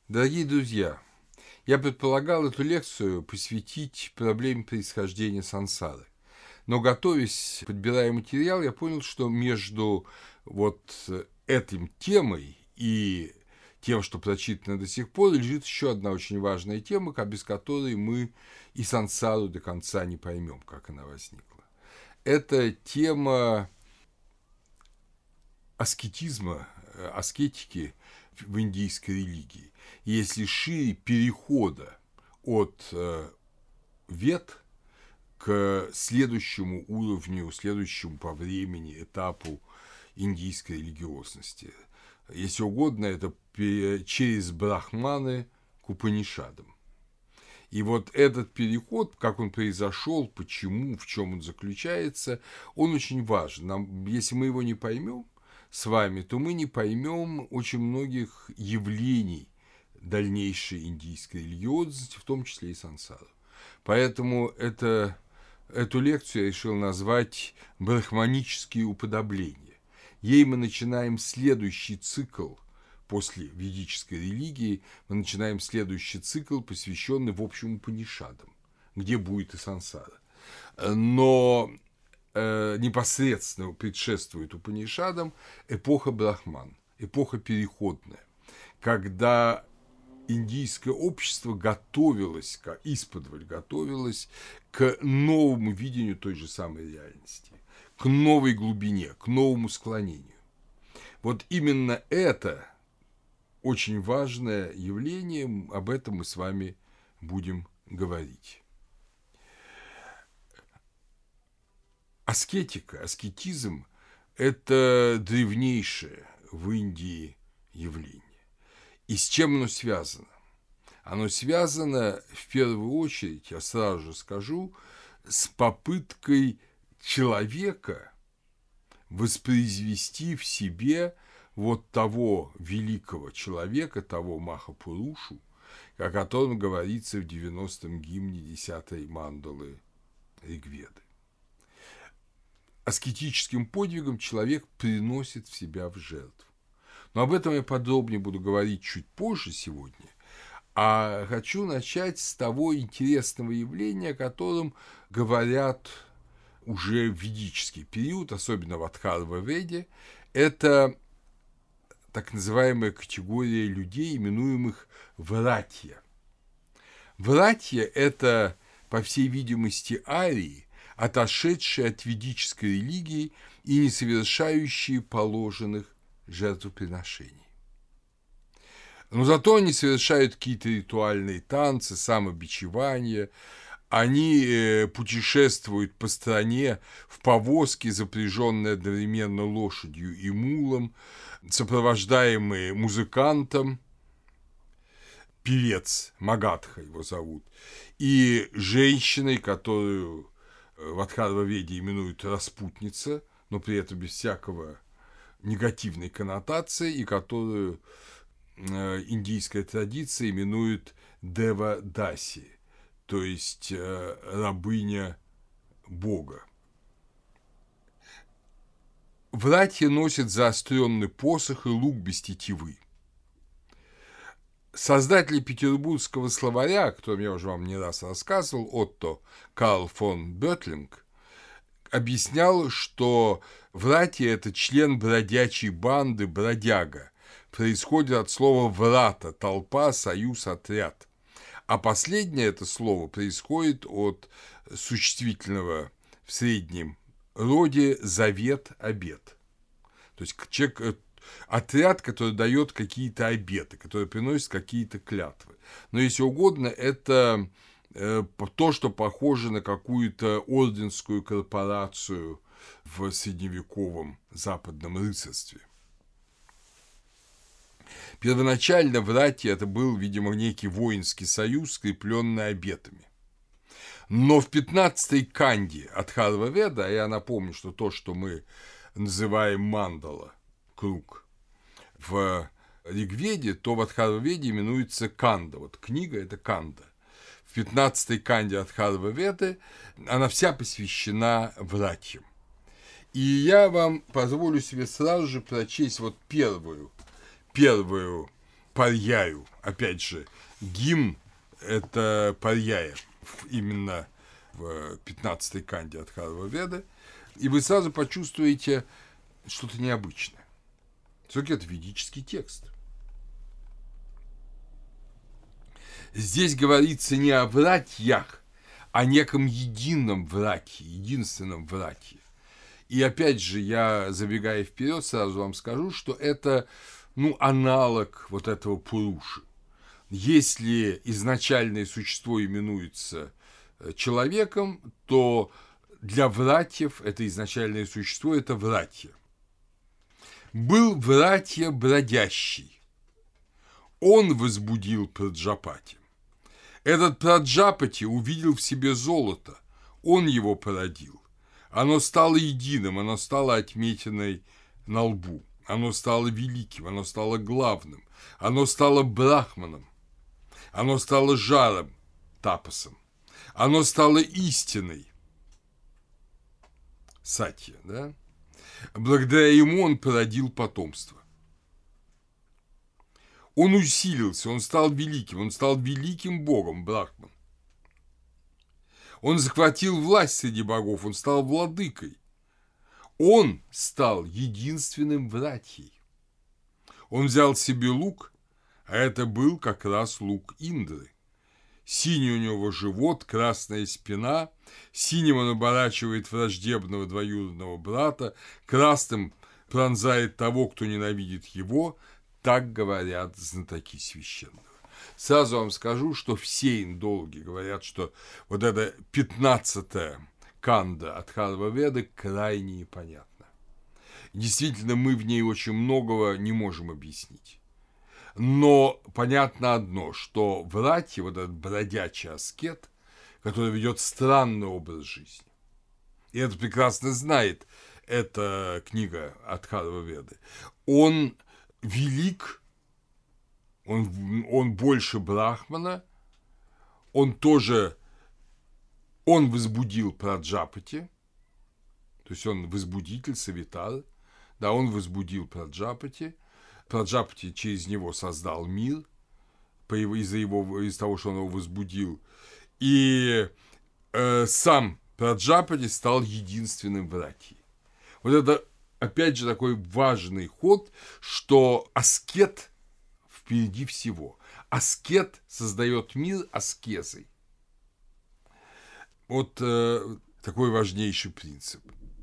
Дорогие друзья, я предполагал эту лекцию посвятить проблеме происхождения сансары. Но, готовясь, подбирая материал, я понял, что между этой темой и тем, что прочитано до сих пор, лежит еще одна очень важная тема, без которой мы и сансару до конца не поймем, как она возникла. Это тема аскетизма, аскетики в индийской религии. Если шире, перехода от вед к следующему уровню, следующему по времени этапу индийской религиозности. Если угодно, это через брахманы к Упанишадам. И вот этот переход, как он произошел, почему, в чем он заключается, он очень важен. Если мы его не поймем с вами, то мы не поймем очень многих явлений дальнейшей индийской религиозности, в том числе и сансару. Поэтому эту лекцию я решил назвать «Брахманические уподобления». Ей мы начинаем следующий цикл после ведической религии, мы начинаем следующий цикл, посвященный, в общем, Упанишадам, где будет и сансара. Но непосредственно предшествует Упанишадам эпоха Брахман, эпоха переходная, когда индийское общество готовилось, исподволь готовилось к новому видению той же самой реальности, к новой глубине, к новому склонению. Вот именно это очень важное явление, об этом мы с вами будем говорить. Аскетика, аскетизм – это древнейшее в Индии явление. И с чем оно связано? Оно связано, в первую очередь, я сразу же скажу, с попыткой человека воспроизвести в себе вот того великого человека, того Махапурушу, о котором говорится в 90-м гимне 10-й мандалы Ригведы. Аскетическим подвигом человек приносит в себя в жертву. Но об этом я подробнее буду говорить чуть позже сегодня. А хочу начать с того интересного явления, о котором говорят уже в ведический период, особенно в Адхарва-веде. Это так называемая категория людей, именуемых вратья. Вратья – это, по всей видимости, арии, отошедшие от ведической религии и не совершающие положенных жертвоприношений. Но зато они совершают какие-то ритуальные танцы, самобичевания, они путешествуют по стране в повозке, запряженной одновременно лошадью и мулом, сопровождаемые музыкантом, певец, Магадха его зовут, и женщиной, которую в Адхарва-веде именуют распутница, но при этом без всякого негативной коннотации, и которую индийская традиция именует Дева-даси, то есть рабыня Бога. Вратья носят заостренный посох и лук без тетивы. Создатель петербургского словаря, о котором я уже вам не раз рассказывал, Отто Карл фон Бётлинг, объяснял, что вратья – это член бродячей банды бродяга, происходит от слова «врата» – толпа, союз, отряд. А последнее это слово происходит от существительного в среднем роде «завет», «обет». То есть человек, отряд, который дает какие-то обеты, который приносит какие-то клятвы. Но, если угодно, это то, что похоже на какую-то орденскую корпорацию в средневековом западном рыцарстве. Первоначально вратья это был, видимо, некий воинский союз, скрепленный обетами. Но в 15-й канде Адхарва-веда, я напомню, что то, что мы называем мандала, круг, в Ригведе, то в Адхарва-веде именуется канда. Вот книга – это канда. В 15-й канде Адхарва-веды она вся посвящена вратьям. И я вам позволю себе сразу же прочесть вот первую Парьяю. Опять же, гимн – это Парьяя, именно в 15-й канде Адхарва-веды. И вы сразу почувствуете что-то необычное. Все-таки это ведический текст. Здесь говорится не о братьях, о неком едином братье, единственном братье. И опять же, я, забегая вперед, сразу вам скажу, что это, аналог вот этого Пуруши. Если изначальное существо именуется человеком, то для братьев это изначальное существо – это братья. Был братья бродящий. Он возбудил Праджапати. Этот Праджапати увидел в себе золото. Он его породил. Оно стало единым, оно стало отметиной на лбу. Оно стало великим, оно стало главным. Оно стало брахманом. Оно стало жаром, тапасом. Оно стало истиной, сатья, да? Благодаря ему он породил потомство. Он усилился, он стал великим богом, брахман. Он захватил власть среди богов, он стал владыкой. Он стал единственным братьей. Он взял себе лук, а это был как раз лук Индры. Синий у него живот, красная спина, синим он оборачивает враждебного двоюродного брата, красным пронзает того, кто ненавидит его, так говорят знатоки священного. Сразу вам скажу, что все индологи говорят, что вот эта 15-я канда Адхарва-веды крайне непонятна. Действительно, мы в ней очень многого не можем объяснить. Но понятно одно, что братья, вот этот бродячий аскет, который ведет странный образ жизни, и это прекрасно знает эта книга Адхарва-веды, он велик, он больше брахмана, он возбудил Праджапати, то есть он возбудитель, савитар, да, он возбудил Праджапати, Праджапати через него создал мир, из того, что он его возбудил, и сам Праджапати стал единственным братьей. Вот это, опять же, такой важный ход, что аскет впереди всего. Аскет создает мир аскезой. Вот такой важнейший принцип.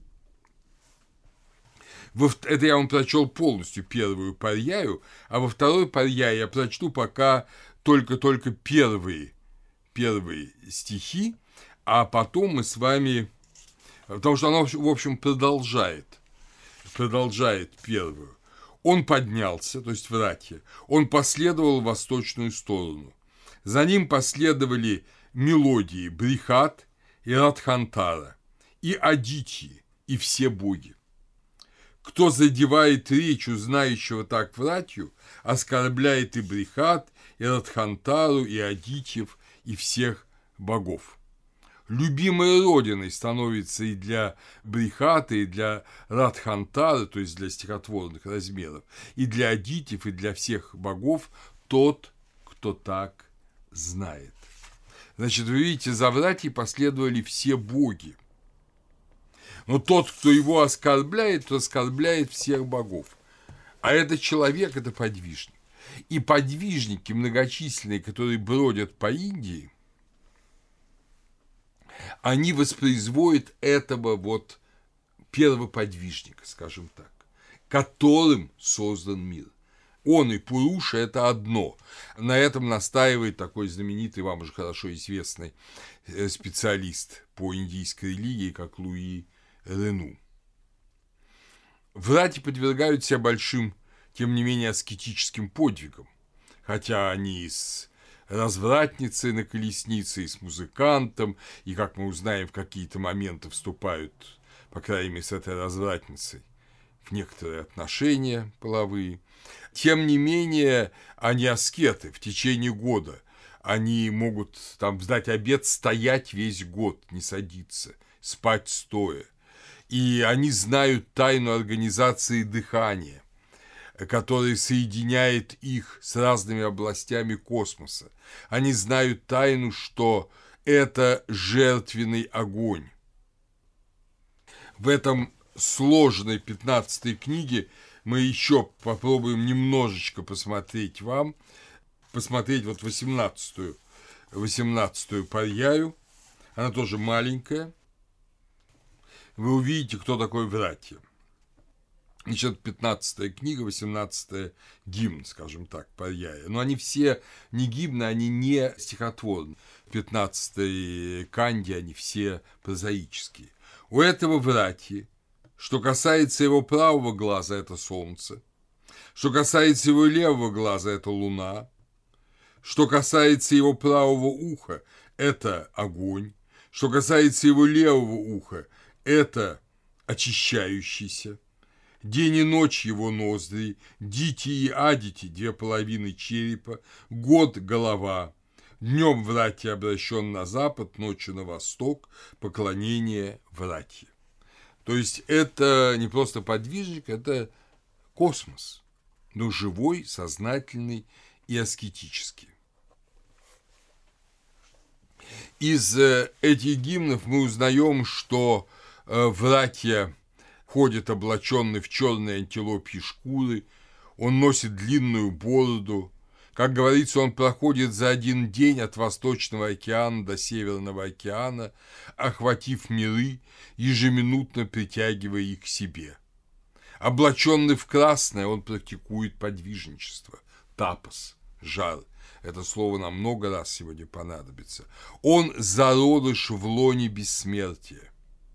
Это я вам прочел полностью первую парьяю, а во второй парьяе я прочту пока только первые стихи, а потом мы с вами... Потому что она, в общем, продолжает первую. Он поднялся, то есть братья, он последовал в восточную сторону. За ним последовали мелодии Брихат и Радхантара, и Адитьи, и все боги. Кто задевает речью знающего так братью, оскорбляет и Брихат, и Радхантару, и Адитьев, и всех богов. Любимой родиной становится и для Брихата, и для Радхантара, то есть для стихотворных размеров, и для Адитьев, и для всех богов тот, кто так знает. Значит, вы видите, за братьей последовали все боги. Но тот, кто его оскорбляет, то оскорбляет всех богов. А этот человек – это подвижник. И подвижники многочисленные, которые бродят по Индии, они воспроизводят этого вот первоподвижника, скажем так, которым создан мир. Он и Пуруша – это одно. На этом настаивает такой знаменитый, вам уже хорошо известный специалист по индийской религии, как Луи Рену. Братья подвергают себя большим, тем не менее, аскетическим подвигам, хотя они с развратницей на колеснице, и с музыкантом, и, как мы узнаем, в какие-то моменты вступают, по крайней мере, с этой развратницей в некоторые отношения половые. Тем не менее, они аскеты в течение года. Они могут там сдать обет стоять весь год, не садиться, спать стоя. И они знают тайну организации дыхания. который соединяет их с разными областями космоса. Они знают тайну, что это жертвенный огонь. В этом сложной 15-й книге мы еще попробуем немножечко посмотреть вот 18-ю парьяю. Она тоже маленькая. Вы увидите, кто такой Вратья. Значит, 15-я книга, 18-я гимн, скажем так, парьяя. Но они все не гимны, они не стихотворные. 15-й канди, они все прозаические. У этого Вратьи, что касается его правого глаза, это солнце. Что касается его левого глаза, это луна. Что касается его правого уха, это огонь. Что касается его левого уха, это очищающийся. День и ночь его ноздри, дити и адити, 2,5 черепа, год голова. Днем Вратья обращен на запад, ночью на восток, поклонение Вратье. То есть это не просто подвижник, это космос, но живой, сознательный и аскетический. Из этих гимнов мы узнаем, что Вратья ходит облаченный в черные антилопьи шкуры, он носит длинную бороду. Как говорится, он проходит за один день от Восточного океана до Северного океана, охватив миры, ежеминутно притягивая их к себе. Облаченный в красное, он практикует подвижничество, тапос, жар. Это слово нам много раз сегодня понадобится. Он зародыш в лоне бессмертия.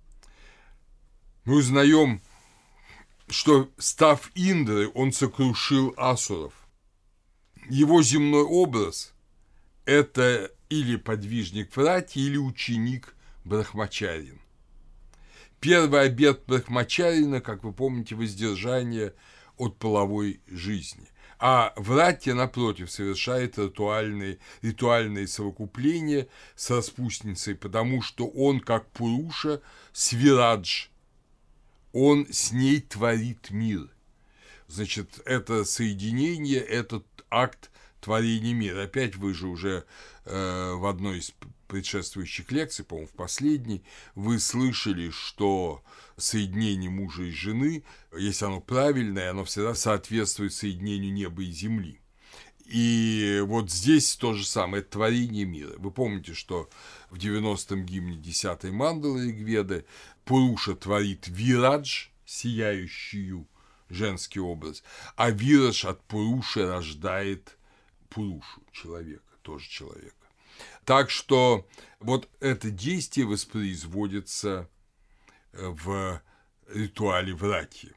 Мы узнаем, что, став Индрой, он сокрушил асуров. Его земной образ – это или подвижник Вратьи, или ученик Брахмачарин. Первый обет Брахмачарина, как вы помните, воздержание от половой жизни. А Вратья, напротив, совершает ритуальные совокупления с распутницей, потому что он, как Пуруша, свирадж, он с ней творит мир. Значит, это соединение, этот акт творения мира. Опять вы же уже в одной из предшествующих лекций, по-моему, в последней, вы слышали, что соединение мужа и жены, если оно правильное, оно всегда соответствует соединению неба и земли. И вот здесь то же самое, это творение мира. Вы помните, что в 90-м гимне 10-й мандалы Ригведы Пуруша творит вирадж, сияющую женский образ, а вирадж от Пуруши рождает Пурушу, человека, тоже человека. Так что вот это действие воспроизводится в ритуале Вратьи.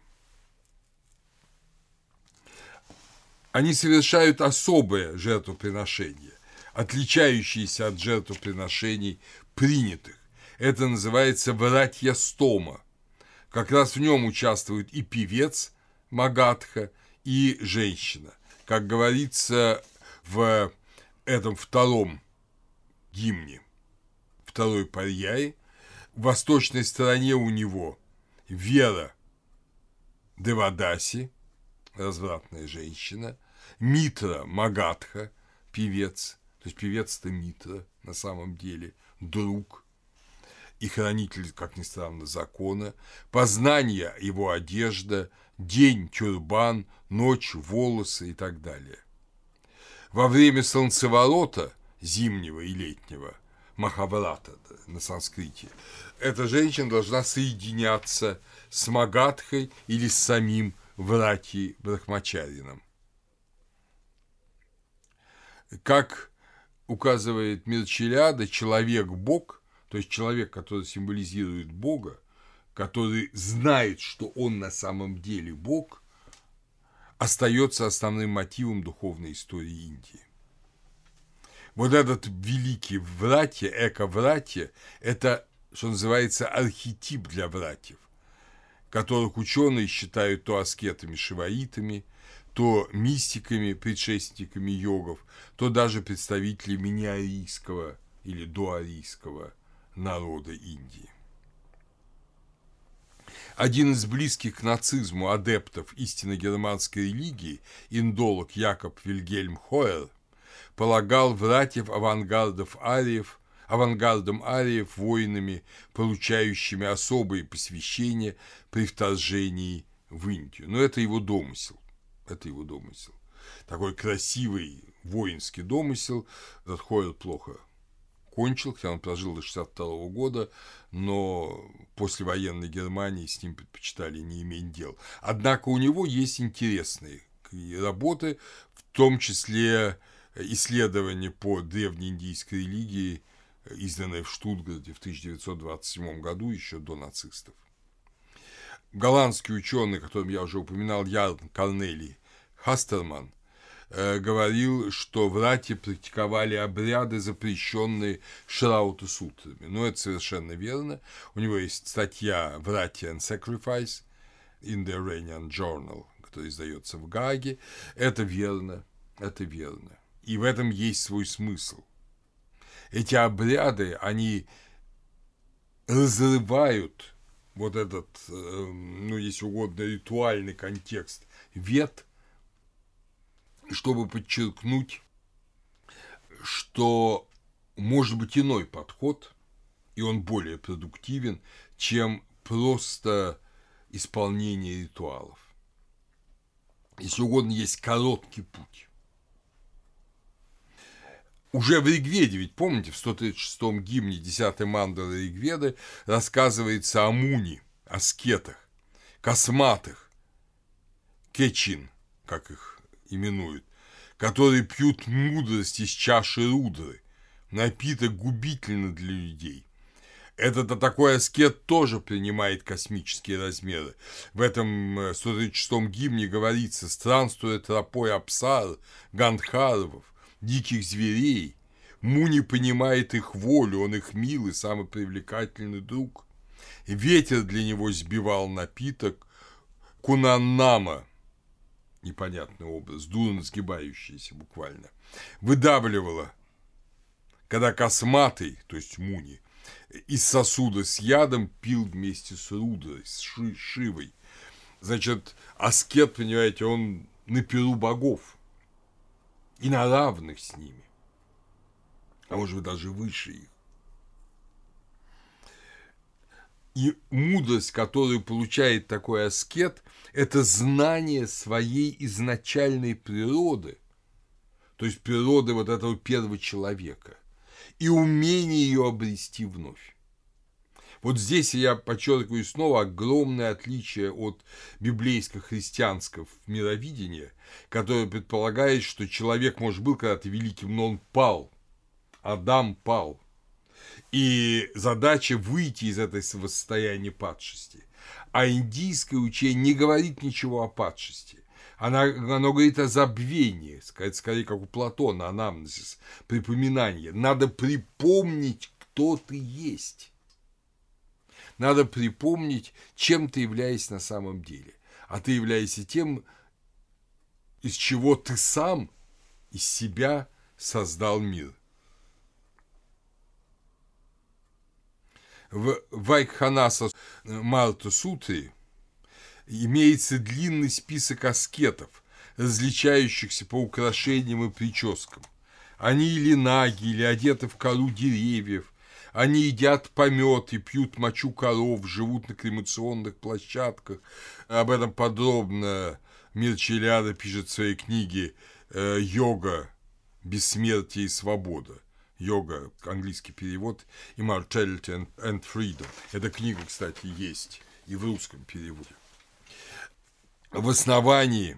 Они совершают особое жертвоприношение, отличающееся от жертвоприношений принятых. Это называется Вратья-стома. Как раз в нем участвует и певец Магадха, и женщина. Как говорится в этом втором гимне, второй парьяи, в восточной стороне у него Вера Девадаси, развратная женщина, Митра Магадха, певец, то есть певец-то Митра на самом деле, друг и хранитель, как ни странно, закона, познание его одежда, день тюрбан, ночь волосы и так далее. Во время солнцеворота, зимнего и летнего, Махаврата на санскрите, эта женщина должна соединяться с Магадхой или с самим Вратьей Брахмачарином. Как указывает Мирчелиада, человек-бог, то есть человек, который символизирует Бога, который знает, что он на самом деле Бог, остается основным мотивом духовной истории Индии. Вот этот великий Вратья, эко-Вратья, это, что называется, архетип для братьев, которых ученые считают то аскетами-шиваитами, то мистиками, предшественниками йогов, то даже представителями неарийского или доарийского народа Индии. Один из близких к нацизму адептов истинно германской религии, индолог Якоб Вильгельм Хойер, полагал братьев авангардом ариев воинами, получающими особые посвящения при вторжении в Индию. Но это его домысел. Это его домысел. Такой красивый воинский домысел. Этот Хойер плохо кончил, хотя он прожил до 1962 года, но после военной Германии с ним предпочитали не иметь дел. Однако у него есть интересные работы, в том числе исследования по древнеиндийской религии, изданное в Штутгарте в 1927 году, еще до нацистов. Голландский ученый, о котором я уже упоминал, Ярн Корнелий Хастерман, говорил, что братья практиковали обряды, запрещенные Шраута-сутрами. Но это совершенно верно. У него есть статья «Bratья and Sacrifice» in the Iranian Journal, которая издается в Гааге. Это верно, это верно. И в этом есть свой смысл. Эти обряды, они разрывают вот этот, ну, если угодно, ритуальный контекст вед, чтобы подчеркнуть, что может быть иной подход, и он более продуктивен, чем просто исполнение ритуалов. Если угодно, есть короткий путь. Уже в Ригведе, ведь помните, в 136-м гимне 10-й мандалы Ригведы рассказывается о муни, аскетах, косматых, кечин, как их именуют, которые пьют мудрость из чаши Рудры, напиток губительный для людей. Этот такой аскет тоже принимает космические размеры. В этом 136-м гимне говорится: странствуя тропой Апсар, Гандхарвов, диких зверей, Муни понимает их волю, он их милый, самый привлекательный друг. Ветер для него сбивал напиток, Кунаннама, непонятный образ, дурно сгибающийся буквально, выдавливала, когда косматый, то есть Муни, из сосуда с ядом пил вместе с Рудрой, с Шивой. Значит, аскет, понимаете, он на перу богов и на равных с ними, а может быть даже выше их. И мудрость, которую получает такой аскет, это знание своей изначальной природы, то есть природы вот этого первого человека, и умение ее обрести вновь. Вот здесь я подчеркиваю снова огромное отличие от библейско-христианского мировидения, которое предполагает, что человек, может, был когда-то великим, но он пал. Адам пал. И задача выйти из этого состояния падшести. А индийское учение не говорит ничего о падшести. Оно говорит о забвении, скорее как у Платона, анамнезис, припоминание. Надо припомнить, кто ты есть. Надо припомнить, чем ты являешься на самом деле. А ты являешься тем, из чего ты сам, из себя создал мир. В Вайкханаса Марта Сутре имеется длинный список аскетов, различающихся по украшениям и прическам. Они или наги, или одеты в кору деревьев. Они едят помет и пьют мочу коров, живут на кремационных площадках. Об этом подробно Мирча Элиада пишет в своей книге «Йога, бессмертие и свобода». Йога, английский перевод, Immortality and Freedom. Эта книга, кстати, есть и в русском переводе. В основании,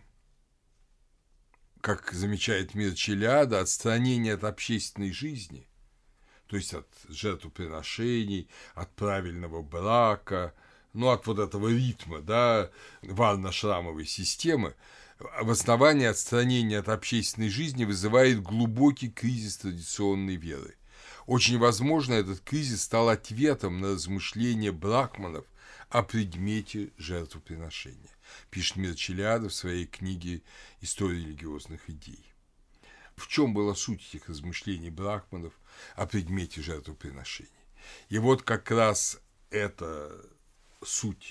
как замечает Мирча Элиада, отстранение от общественной жизни, то есть от жертвоприношений, от правильного брака, ну, от вот этого ритма, да, варно-шрамовой системы, в основании отстранения от общественной жизни вызывает глубокий кризис традиционной веры. Очень возможно, этот кризис стал ответом на размышления брахманов о предмете жертвоприношения, пишет Мирча Элиада в своей книге «История религиозных идей». В чем была суть этих размышлений брахманов о предмете жертвоприношения? И вот как раз эта суть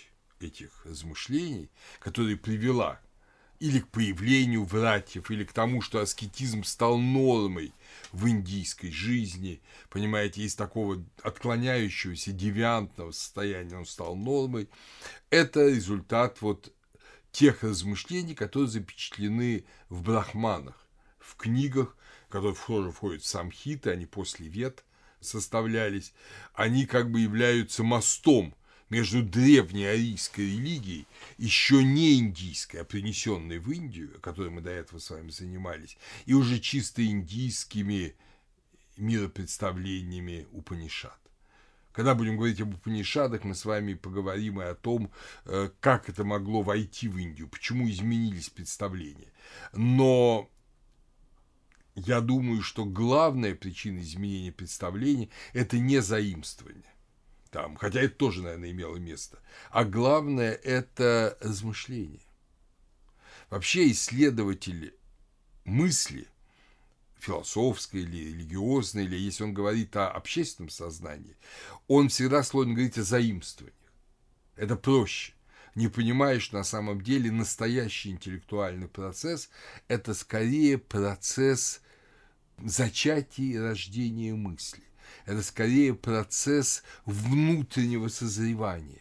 этих размышлений, которая привела или к появлению братьев, или к тому, что аскетизм стал нормой в индийской жизни, понимаете, из такого отклоняющегося девиантного состояния он стал нормой, это результат вот тех размышлений, которые запечатлены в брахманах, в книгах, которые тоже входят в самхиты, они после Вед составлялись, они как бы являются мостом между древней арийской религией, еще не индийской, а принесенной в Индию, которой мы до этого с вами занимались, и уже чисто индийскими миропредставлениями Упанишад. Когда будем говорить об Упанишадах, мы с вами поговорим и о том, как это могло войти в Индию, почему изменились представления. Но я думаю, что главная причина изменения представлений – это не заимствование. Там, хотя это тоже, наверное, имело место. А главное – это размышление. Вообще исследователь мысли, философской или религиозной, или если он говорит о общественном сознании, он всегда склонен говорить о заимствованиях. Это проще. Не понимая, что на самом деле настоящий интеллектуальный процесс – это скорее процесс зачатия и рождения мысли. Это скорее процесс внутреннего созревания,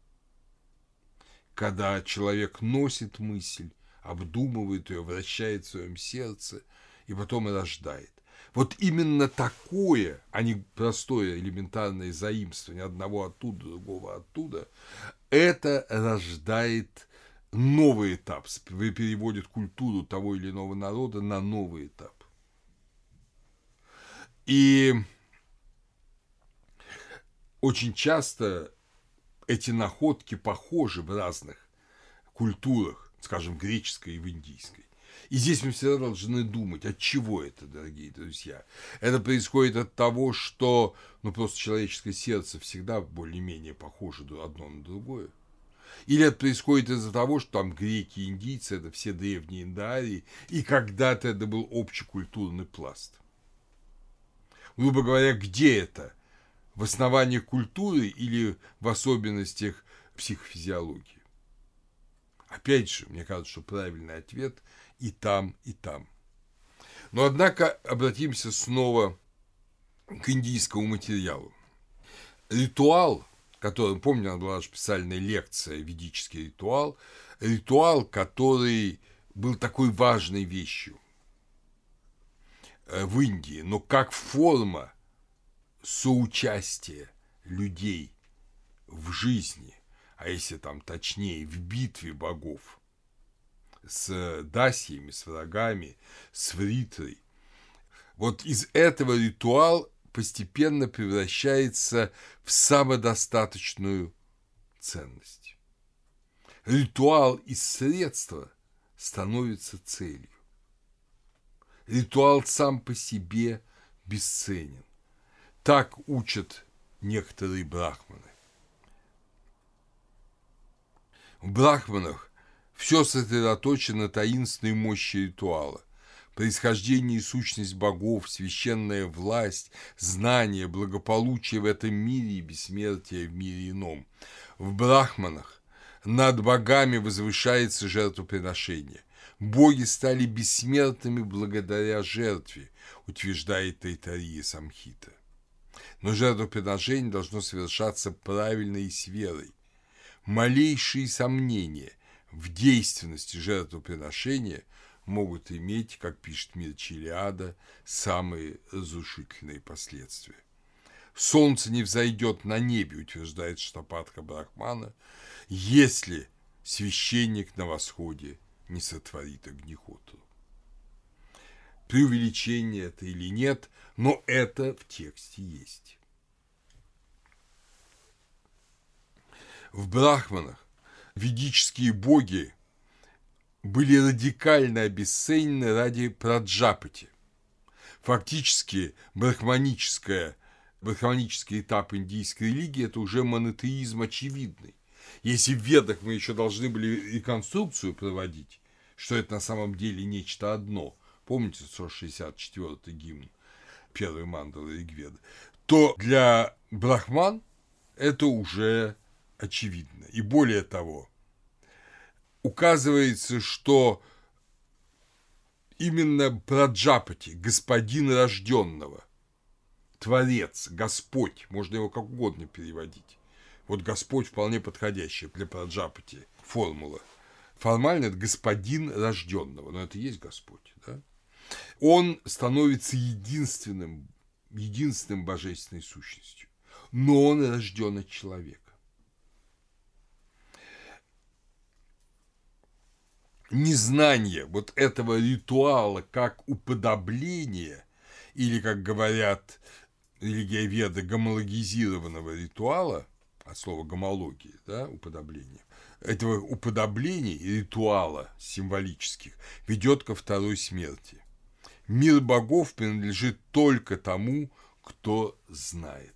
когда человек носит мысль, обдумывает ее, вращает в своем сердце и потом рождает. Вот именно такое, а не простое элементарное заимствование одного оттуда, другого оттуда, это рождает новый этап, переводит культуру того или иного народа на новый этап. И очень часто эти находки похожи в разных культурах, скажем, греческой и в индийской. И здесь мы всегда должны думать, от чего это, дорогие друзья. Это происходит от того, что просто человеческое сердце всегда более-менее похоже одно на другое. Или это происходит из-за того, что там греки и индийцы – это все древние индоарии, и когда-то это был общекультурный пласт. Грубо говоря, где это? В основаниях культуры или в особенностях психофизиологии? Опять же, мне кажется, что правильный ответ и там, и там. Но, однако, обратимся снова к индийскому материалу. Ритуал, который, помню, была специальная лекция «Ведический ритуал», ритуал, который был такой важной вещью в Индии, но как форма соучастия людей в жизни, а если там точнее, в битве богов с дасьями, с врагами, с вритрой. Вот из этого ритуал постепенно превращается в самодостаточную ценность. Ритуал из средства становится целью. Ритуал сам по себе бесценен. Так учат некоторые брахманы. В брахманах все сосредоточено на таинственной мощи ритуала. Происхождение и сущность богов, священная власть, знание, благополучие в этом мире и бессмертие в мире ином. В брахманах над богами возвышается жертвоприношение. Боги стали бессмертными благодаря жертве, утверждает Тайтария Самхита. Но жертвоприношение должно совершаться правильно и с верой. Малейшие сомнения в действенности жертвоприношения могут иметь, как пишет Мирча Илиада, самые разрушительные последствия. Солнце не взойдет на небе, утверждает Штападха Брахмана, если священник на восходе не сотворит Агнихотру. Преувеличение это или нет, но это в тексте есть. В брахманах ведические боги были радикально обесценены ради праджапати. Фактически брахманический этап индийской религии – это уже монотеизм очевидный. Если в Ведах мы еще должны были реконструкцию проводить, что это на самом деле нечто одно, помните 164-й гимн первой мандалы Ригведы, то для брахман это уже очевидно. И более того, указывается, что именно Праджапати, господин рожденного, Творец, Господь, можно его как угодно переводить. Вот Господь вполне подходящая для Праджапати формула. Формально это господин рожденного, но это и есть Господь. Да? Он становится единственным божественной сущностью, но он рожден от человека. Незнание вот этого ритуала как уподобление, или, как говорят религиоведы, гомологизированного ритуала, от слова гомология, да, уподобление, этого уподобления и ритуала символических ведет ко второй смерти. Мир богов принадлежит только тому, кто знает.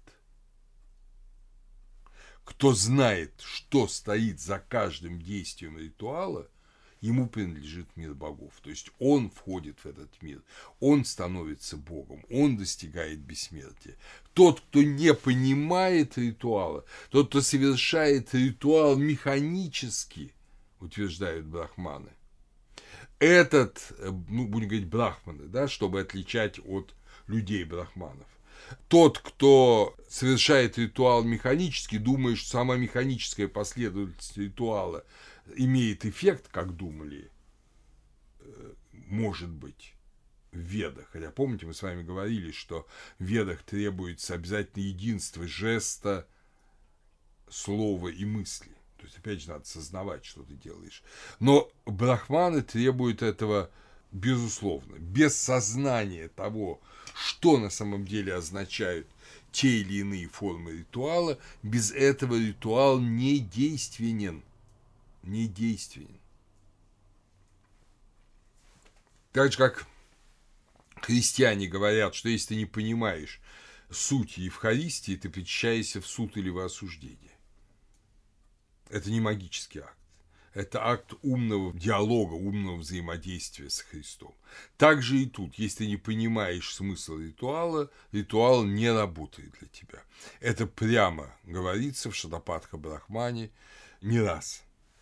Кто знает, что стоит за каждым действием ритуала, ему принадлежит мир богов. То есть он входит в этот мир, он становится богом, он достигает бессмертия. Тот, кто не понимает ритуала, тот, кто совершает ритуал механически, утверждают брахманы, этот, будем говорить брахманы, да, чтобы отличать от людей брахманов. Тот, кто совершает ритуал механически, думает, что сама механическая последовательность ритуала имеет эффект, как думали, может быть, в Ведах. Хотя, помните, мы с вами говорили, что в Ведах требуется обязательно единство жеста, слова и мысли. То есть, опять же, надо сознавать, что ты делаешь. Но брахманы требуют этого, безусловно, без сознания того, что на самом деле означают те или иные формы ритуала, без этого ритуал не действенен. Не действенен. Так же, как христиане говорят, что если ты не понимаешь суть Евхаристии, ты причащаешься в суд или в осуждение. Это не магический акт. Это акт умного диалога, умного взаимодействия с Христом. Так же и тут. Если ты не понимаешь смысл ритуала, ритуал не работает для тебя. Это прямо говорится в Шатапатха Брахмане не раз.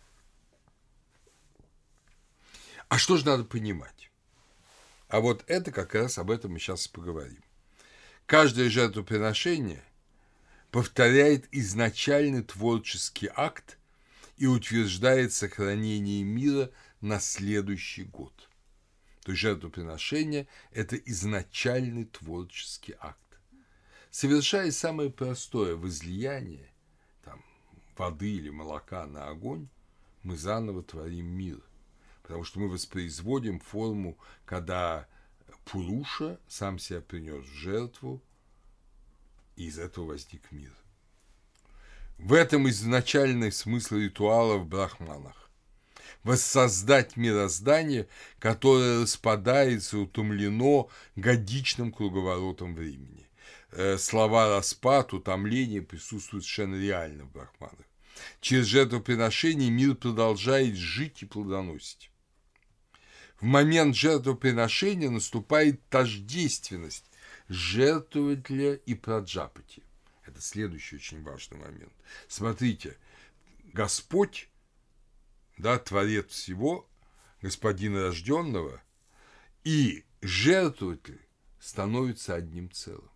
А что же надо понимать? А вот это как раз об этом мы сейчас и поговорим. Каждое жертвоприношение повторяет изначальный творческий акт и утверждает сохранение мира на следующий год. То есть жертвоприношение – это изначальный творческий акт. Совершая самое простое возлияние там, воды или молока на огонь, мы заново творим мир. Потому что мы воспроизводим форму, когда Пуруша сам себя принес в жертву, и из этого возник мир. В этом изначальный смысл ритуала в брахманах. Воссоздать мироздание, которое распадается и утомлено годичным круговоротом времени. Слова распад, утомление присутствуют совершенно реально в брахманах. Через жертвоприношение мир продолжает жить и плодоносить. В момент жертвоприношения наступает тождественность жертвователя и праджапати. Это следующий очень важный момент. Смотрите, Господь, да, Творец всего, Господин рожденного, и жертвователь становятся одним целым.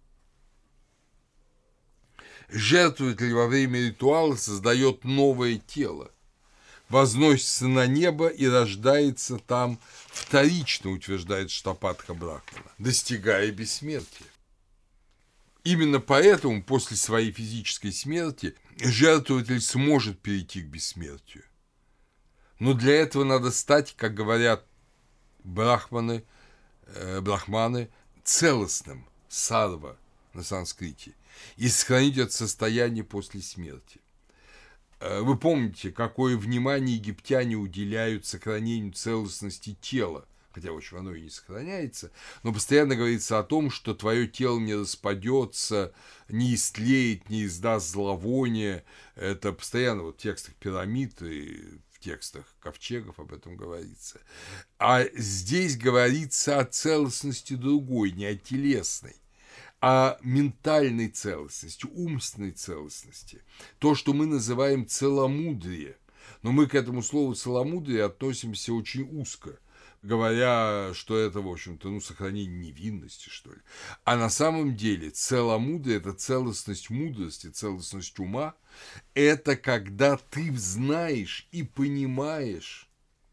Жертвователь во время ритуала создает новое тело, возносится на небо и рождается там вторично, утверждает Шатапатха Брахмана, достигая бессмертия. Именно поэтому после своей физической смерти жертвователь сможет перейти к бессмертию. Но для этого надо стать, как говорят брахманы, целостным, сарва на санскрите, и сохранить это состояние после смерти. Вы помните, какое внимание египтяне уделяют сохранению целостности тела, хотя, в общем, оно и не сохраняется, но постоянно говорится о том, что твое тело не распадется, не истлеет, не издаст зловония. Это постоянно вот в текстах пирамид и в текстах ковчегов об этом говорится. А здесь говорится о целостности другой, не о телесной, о ментальной целостности, умственной целостности. То, что мы называем целомудрие. Но мы к этому слову целомудрие относимся очень узко, говоря, что это, в общем-то, сохранение невинности, что ли. А на самом деле целомудрие – это целостность мудрости, целостность ума. Это когда ты знаешь и понимаешь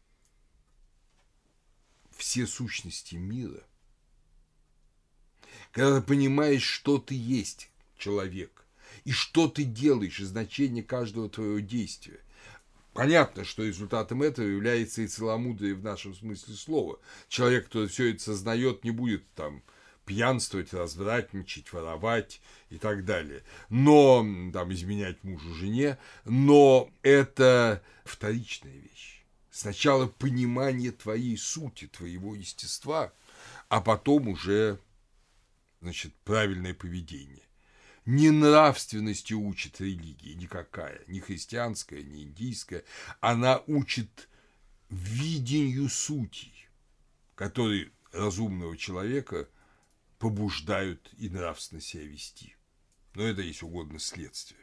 все сущности мира. Когда ты понимаешь, что ты есть человек, и что ты делаешь, и значение каждого твоего действия. Понятно, что результатом этого является и целомудрие в нашем смысле слова. Человек, который все это сознает, не будет там пьянствовать, развратничать, воровать и так далее. Но, там, изменять мужу, жене, но это вторичная вещь. Сначала понимание твоей сути, твоего естества, а потом уже, значит, правильное поведение. Не нравственности учит религия никакая, ни христианская, ни индийская. Она учит видению сути, которые разумного человека побуждают и нравственно себя вести. Но это, если угодно, следствие.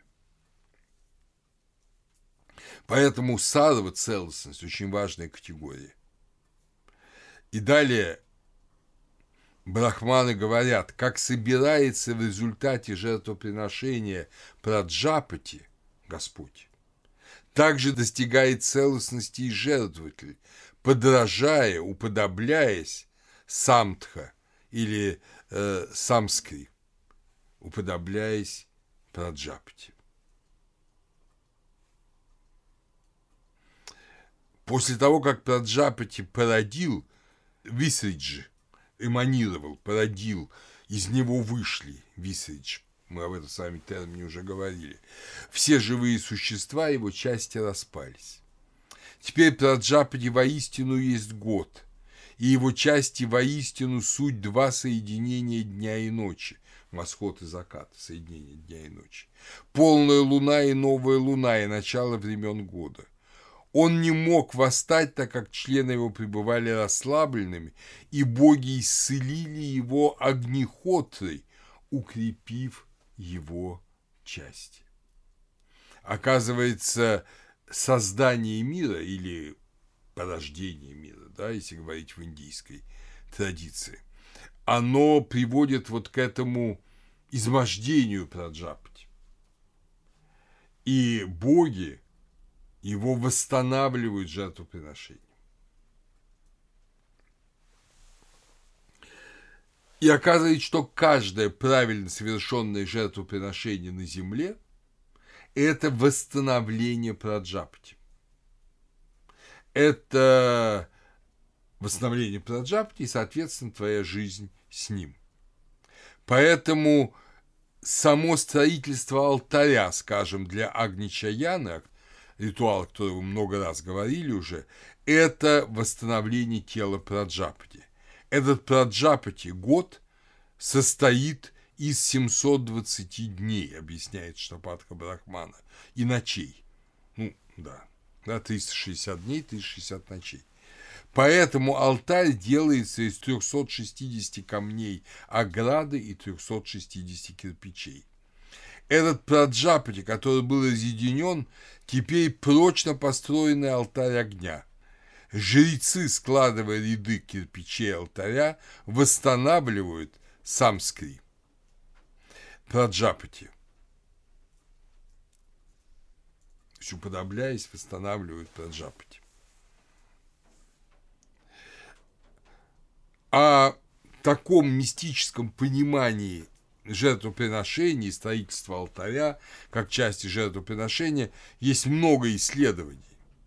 Поэтому сарва, целостность, очень важная категория. И далее брахманы говорят, как собирается в результате жертвоприношения праджапати, Господь, также достигает целостности и жертвователь, подражая, уподобляясь самтха или самскри, уподобляясь праджапати. После того, как праджапати породил Висриджи, эманировал, породил, из него вышли, Висридж, мы об этом с вами термине уже говорили, все живые существа его части распались. Теперь праджапати воистину есть год, и его части воистину суть два соединения дня и ночи, восход и закат, соединение дня и ночи, полная луна и новая луна, и начало времен года. Он не мог восстать, так как члены его пребывали расслабленными, и боги исцелили его огнехотрой, укрепив его части. Оказывается, создание мира или порождение мира, да, если говорить в индийской традиции, оно приводит вот к этому измождению праджапати. И боги его восстанавливают жертвоприношением. И оказывается, что каждое правильно совершенное жертвоприношение на земле – это восстановление праджапати. Это восстановление праджапати и, соответственно, твоя жизнь с ним. Поэтому само строительство алтаря, скажем, для Агни-чаяны, ритуал, который вы много раз говорили уже, это восстановление тела праджапати. Этот праджапати год состоит из 720 дней, объясняет Штападха Брахмана, и ночей. 360 дней, 360 ночей. Поэтому алтарь делается из 360 камней ограды и 360 кирпичей. Этот праджапати, который был разъединен, теперь прочно построенный алтарь огня. Жрецы, складывая ряды кирпичей алтаря, восстанавливают самскри. Праджапати. То есть, уподобляясь, восстанавливают праджапати. О таком мистическом понимании жертвоприношений, строительства алтаря, как части жертвоприношения, есть много исследований.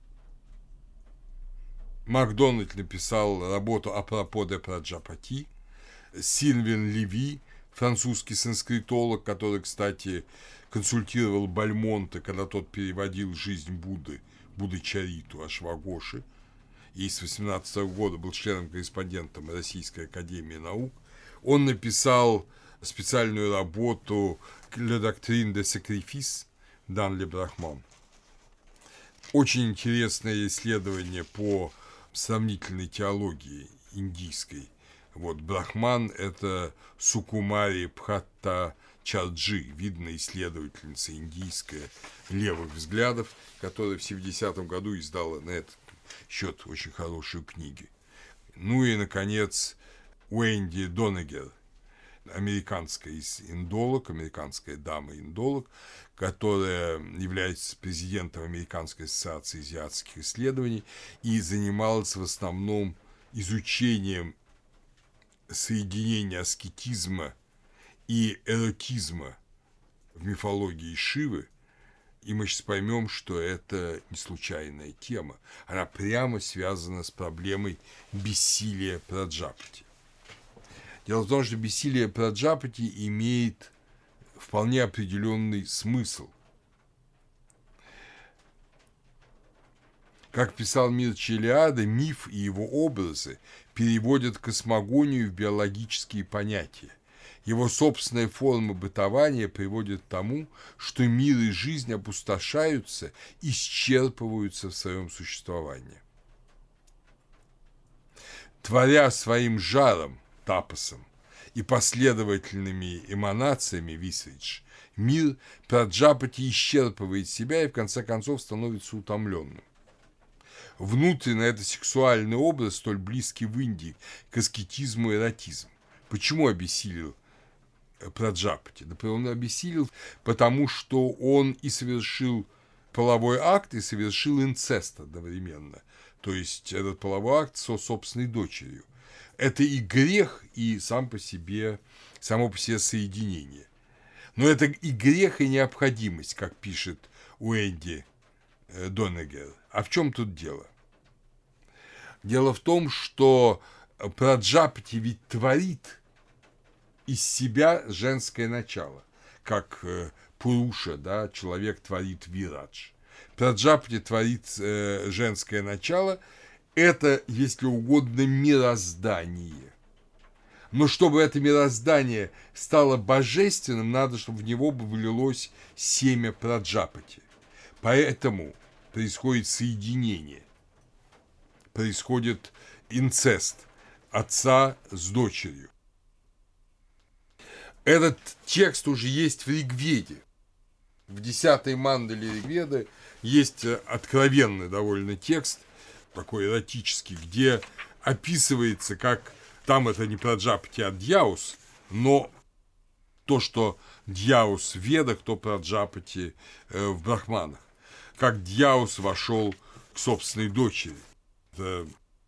Макдональд написал работу «Апропо де Праджапати», Сильвен Леви, французский санскритолог, который, кстати, консультировал Бальмонта, когда тот переводил жизнь Будды Чариту Ашвагоши, и с 18 года был членом-корреспондентом Российской академии наук. Он написал специальную работу «Le doctrine de sacrifice dans le Brahman». Очень интересное исследование по сравнительной теологии индийской Вот Брахман – это Сукумари Бхаттачарджи, видная исследовательница индийская левых взглядов, которая в 70-м году издала на этот счет очень хорошую книгу. Ну и, наконец, Уэнди Донегер, американская индолог, американская дама-индолог, которая является президентом Американской ассоциации азиатских исследований и занималась в основном изучением соединения аскетизма и эротизма в мифологии Шивы. И мы сейчас поймем, что это не случайная тема. Она прямо связана с проблемой бессилия Праджапати. Дело в том, что бессилие Праджапати имеет вполне определенный смысл. Как писал Мирча Элиада, миф и его образы переводят космогонию в биологические понятия. Его собственная форма бытования приводит к тому, что мир и жизнь опустошаются, исчерпываются в своем существовании. Творя своим жаром, тапосом, и последовательными эманациями висридж, мир Праджапати исчерпывает себя и в конце концов становится утомленным. Внутренно это сексуальный образ, столь близкий в Индии к аскетизму и эротизму. Почему обессилел Праджапати? Да, он обессилел, потому что он и совершил половой акт, и совершил инцест одновременно. То есть этот половой акт со собственной дочерью. Это и грех, и само по себе соединение. Но это и грех, и необходимость, как пишет Уэнди Донегер. А в чем тут дело? Дело в том, что Праджапати ведь творит из себя женское начало, как Пуруша, да, человек творит вирадж. Праджапати творит женское начало, это, если угодно, мироздание. Но чтобы это мироздание стало божественным, надо, чтобы в него бы влилось семя Праджапати. Поэтому происходит соединение, происходит инцест отца с дочерью. Этот текст уже есть в Ригведе. В 10-й мандале Ригведы есть откровенный довольно текст, такой эротический, где описывается, как там это не Праджапати, а Дьяус, но то, что Дьяус в Ведах, то Праджапати в Брахманах. Как Дьяус вошел к собственной дочери. Это,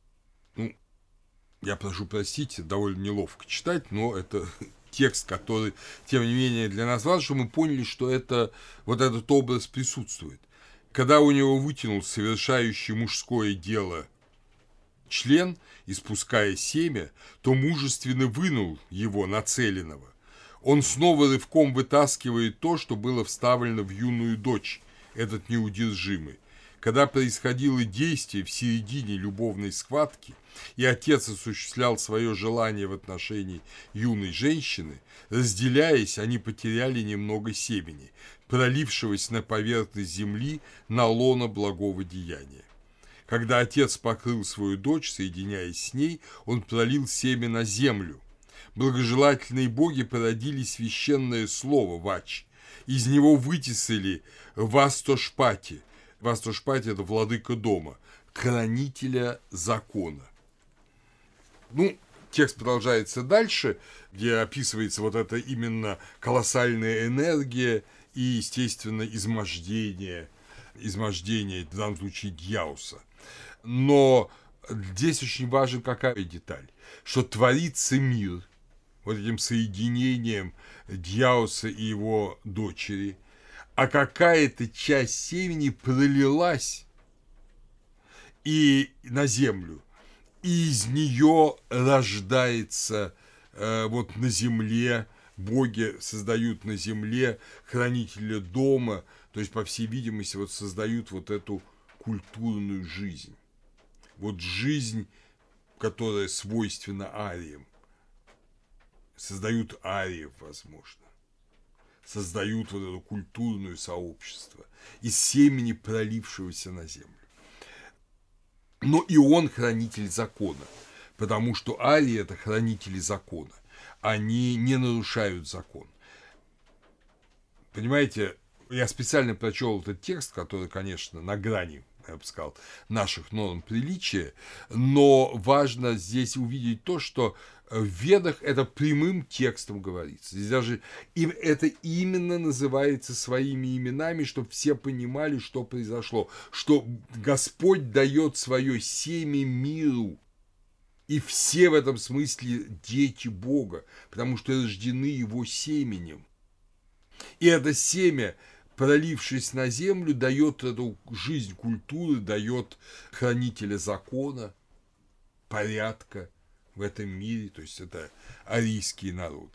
я прошу простить, довольно неловко читать, но это текст, который, тем не менее, для нас важен, чтобы мы поняли, что это, вот этот образ присутствует. Когда у него вытянул совершающий мужское дело член, испуская семя, то мужественно вынул его нацеленного. Он снова рывком вытаскивает то, что было вставлено в юную дочь, этот неудержимый. Когда происходило действие в середине любовной схватки, и отец осуществлял свое желание в отношении юной женщины, разделяясь, они потеряли немного семени, пролившегося на поверхность земли на лоно благого деяния. Когда отец покрыл свою дочь, соединяясь с ней, он пролил семя на землю. Благожелательные боги породили священное слово вач. Из него вытесали Вастошпати. Вастошпати – это владыка дома, хранителя закона. Текст продолжается дальше, где описывается вот это именно колоссальная энергия и, естественно, измождение, в данном случае Дьяуса. Но здесь очень важна какая деталь, что творится мир вот этим соединением Дьяуса и его дочери, а какая-то часть семени пролилась и на землю, и из нее рождается вот на земле, боги создают на земле хранителя дома, то есть, по всей видимости, вот создают вот эту культурную жизнь. Вот жизнь, которая свойственна ариям. Создают ариев, возможно. Создают вот это культурное сообщество из семени, пролившегося на землю. Но и он хранитель закона. потому что арии – это хранители закона. Они не нарушают закон. Понимаете, я специально прочел этот текст, который, конечно, на грани, я бы сказал, наших норм приличия, но важно здесь увидеть то, что в Ведах это прямым текстом говорится. Здесь даже им это именно называется своими именами, чтобы все понимали, что произошло, что Господь дает свое семя миру. И все в этом смысле дети Бога, потому что рождены Его семенем. И это семя, пролившись на землю, дает эту жизнь культуры, дает хранителя закона, порядка в этом мире, то есть это арийские народы.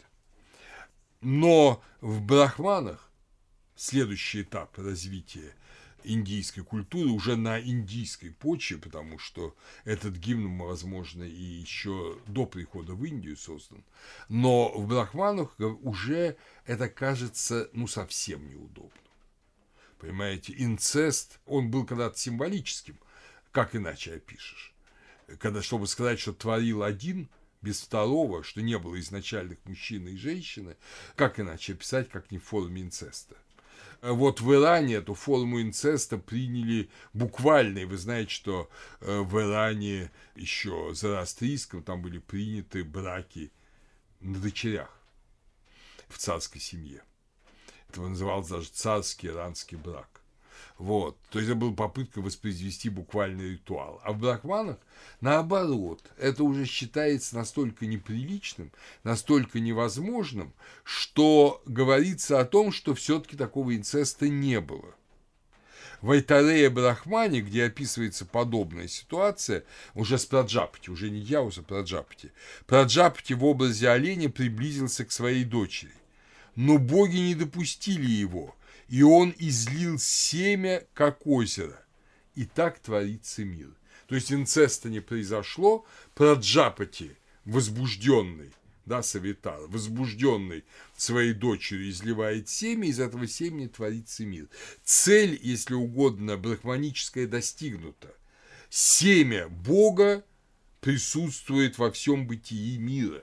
Но в брахманах следующий этап развития индийской культуры уже на индийской почве, потому что этот гимн, возможно, и еще до прихода в Индию создан, но в брахманах уже это кажется, совсем неудобным. Понимаете, инцест, он был когда-то символическим, как иначе опишешь. Когда, чтобы сказать, что творил один, без второго, что не было изначальных мужчины и женщины, как иначе описать, как не в форме инцеста. Вот в Иране эту форму инцеста приняли буквально, и вы знаете, что в Иране еще зороастрийском там были приняты браки на дочерях в царской семье. Это назывался даже царский иранский брак. Вот. То есть это была попытка воспроизвести буквальный ритуал. А в брахманах, наоборот, это уже считается настолько неприличным, настолько невозможным, что говорится о том, что все-таки такого инцеста не было. В Айтарея Брахмане, где описывается подобная ситуация, уже с Праджапати, уже не Яуса, Праджапати, Праджапати в образе оленя приблизился к своей дочери. Но боги не допустили его, и он излил семя, как озеро. И так творится мир. То есть инцеста не произошло, Праджапати, возбужденный, Савитар, возбужденный своей дочерью, изливает семя, из этого семени творится мир. Цель, если угодно, брахманическая достигнута. Семя Бога присутствует во всем бытии мира.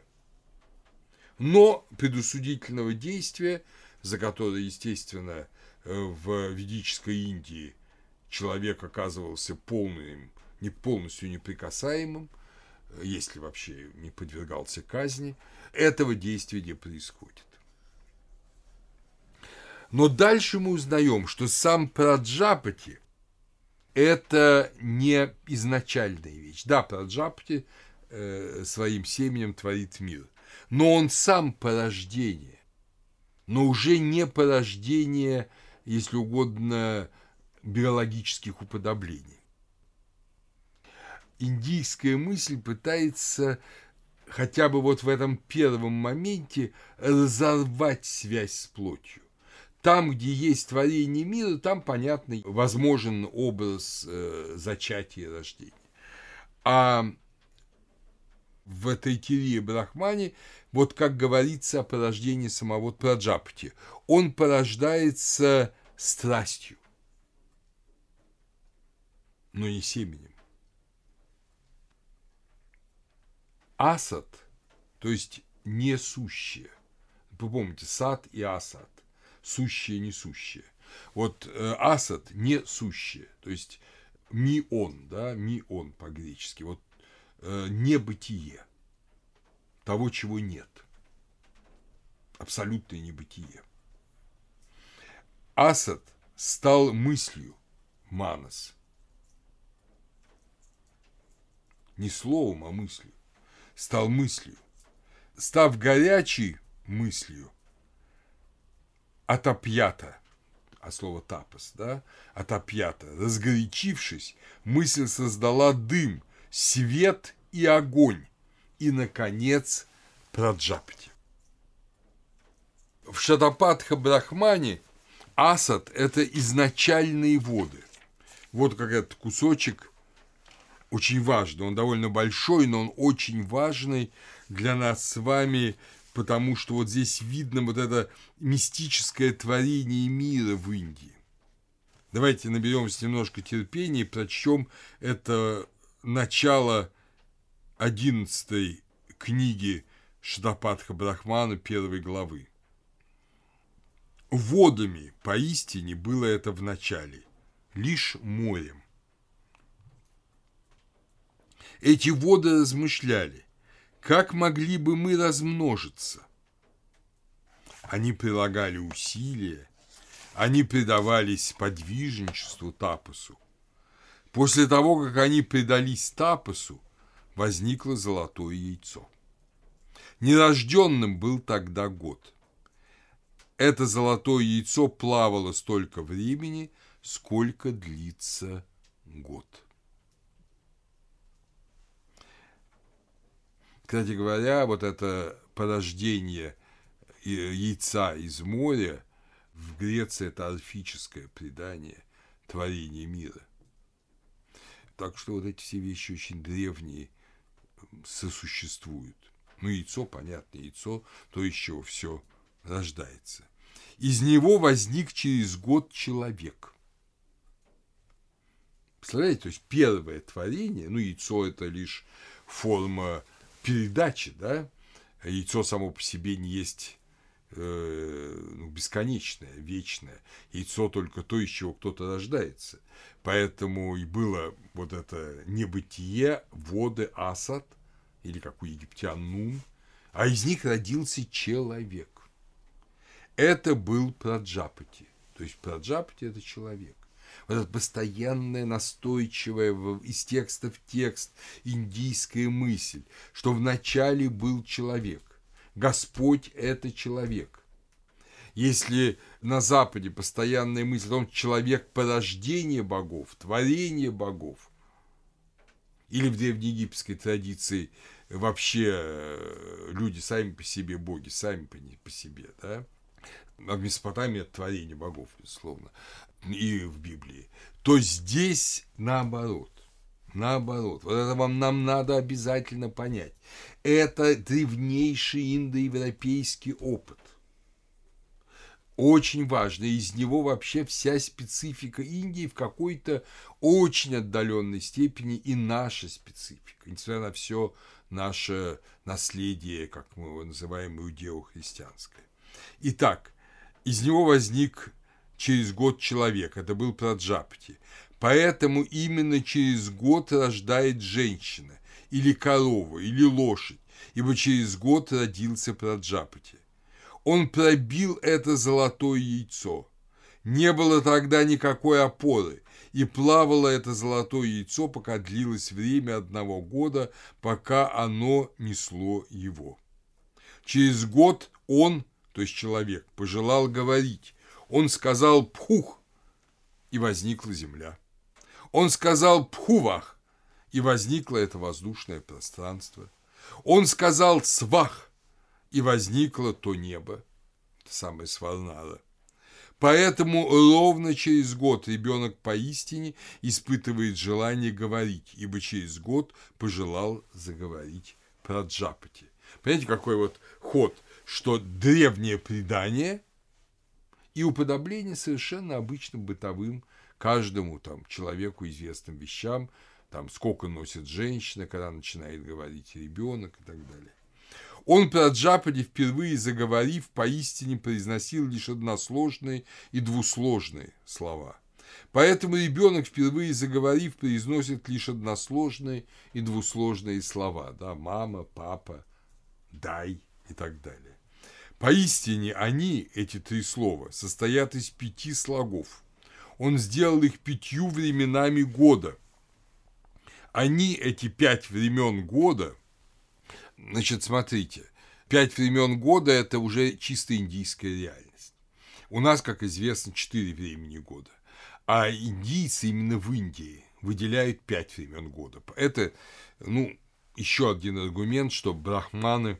Но предусудительного действия, за которое, естественно, в ведической Индии человек оказывался полностью неприкасаемым, если вообще не подвергался казни, этого действия не происходит. Но дальше мы узнаем, что сам Праджапати – это не изначальная вещь. Да, Праджапати своим семенем творит мир, но он сам порождение, но уже не порождение, если угодно, биологических уподоблений. Индийская мысль пытается хотя бы вот в этом первом моменте разорвать связь с плотью. Там, где есть творение мира, там, понятно, возможен образ зачатия и рождения. А в Тайтирии Брахмане, вот как говорится о порождении самого Праджапати, он порождается страстью, но не семенем. Асад, то есть несущее. Вы помните, сад и асад. Сущее, несущее. Вот асад несущее, то есть мион, мион по-гречески. Вот небытие, того, чего нет. Абсолютное небытие. Асад стал мыслью, манас. Не словом, а мыслью. Стал мыслью. Став горячей мыслью, атапьята, а слово тапас, атапьята, разгорячившись, мысль создала дым, свет и огонь, и, наконец, Праджапати. В Шатапатха Брахмане асад – это изначальные воды. Вот как этот кусочек очень важный, он довольно большой, но он очень важный для нас с вами, потому что вот здесь видно вот это мистическое творение мира в Индии. Давайте наберемся немножко терпения и прочтем это начало 11 книги Шатапатха Брахмана 1 главы. Водами поистине было это в начале, лишь морем. Эти воды размышляли, как могли бы мы размножиться. Они прилагали усилия, они предавались подвижничеству тапасу. После того, как они предались тапасу, возникло золотое яйцо. Нерожденным был тогда год. Это золотое яйцо плавало столько времени, сколько длится год. Кстати говоря, вот это порождение яйца из моря в Греции — это орфическое предание творения мира. Так что вот эти все вещи очень древние сосуществуют. Ну, яйцо, понятно, яйцо, то, из чего все рождается. Из него возник через год человек. Представляете, то есть первое творение, ну, яйцо — это лишь форма передачи, да? Яйцо само по себе не есть бесконечное, вечное. Яйцо только то, из чего кто-то рождается. Поэтому и было вот это небытие, воды, асад, или как у египтян Нун, а из них родился человек. Это был Праджапати. То есть Праджапати — это человек. Вот это постоянная, настойчивая из текста в текст индийская мысль, что вначале был человек. Господь – это человек. Если на Западе постоянная мысль о том, что человек – порождение богов, творение богов, или в древнеегипетской традиции вообще люди сами по себе боги, сами по себе, да? А в Месопотамии это творение богов, безусловно, и в Библии, то здесь наоборот. Наоборот, вот это нам надо обязательно понять. Это древнейший индоевропейский опыт. Очень важно. Из него вообще вся специфика Индии в какой-то очень отдаленной степени и наша специфика, несмотря на все наше наследие, как мы его называем, иудео-христианское. Итак, из него возник через год человек. Это был Праджапати. Поэтому именно через год рождает женщина, или корова, или лошадь, ибо через год родился Праджапати. Он пробил это золотое яйцо. Не было тогда никакой опоры, и плавало это золотое яйцо, пока длилось время 1 года, пока оно несло его. Через год он, то есть человек, пожелал говорить. Он сказал «пхух», и возникла земля. Он сказал «пхувах», и возникло это воздушное пространство. Он сказал «свах», и возникло то небо, это самое Сварнара. Поэтому ровно через год ребенок поистине испытывает желание говорить, ибо через год пожелал заговорить Праджапати. Понимаете, какой вот ход, что древнее предание и уподобление совершенно обычным бытовым каждому там человеку известным вещам, там сколько носит женщина, когда начинает говорить ребенок и так далее. Он, Праджапати, впервые заговорив, поистине произносил лишь односложные и двусложные слова. Поэтому ребенок, впервые заговорив, произносит лишь односложные и двусложные слова. Да, мама, папа, дай и так далее. Поистине они, эти 3 слова, состоят из 5 слогов. Он сделал их 5 временами года. Они, эти 5 времен года, значит, смотрите, 5 времен года – это уже чисто индийская реальность. У нас, как известно, 4 времени года, а индийцы именно в Индии выделяют 5 времен года. Это, еще один аргумент, что брахманы,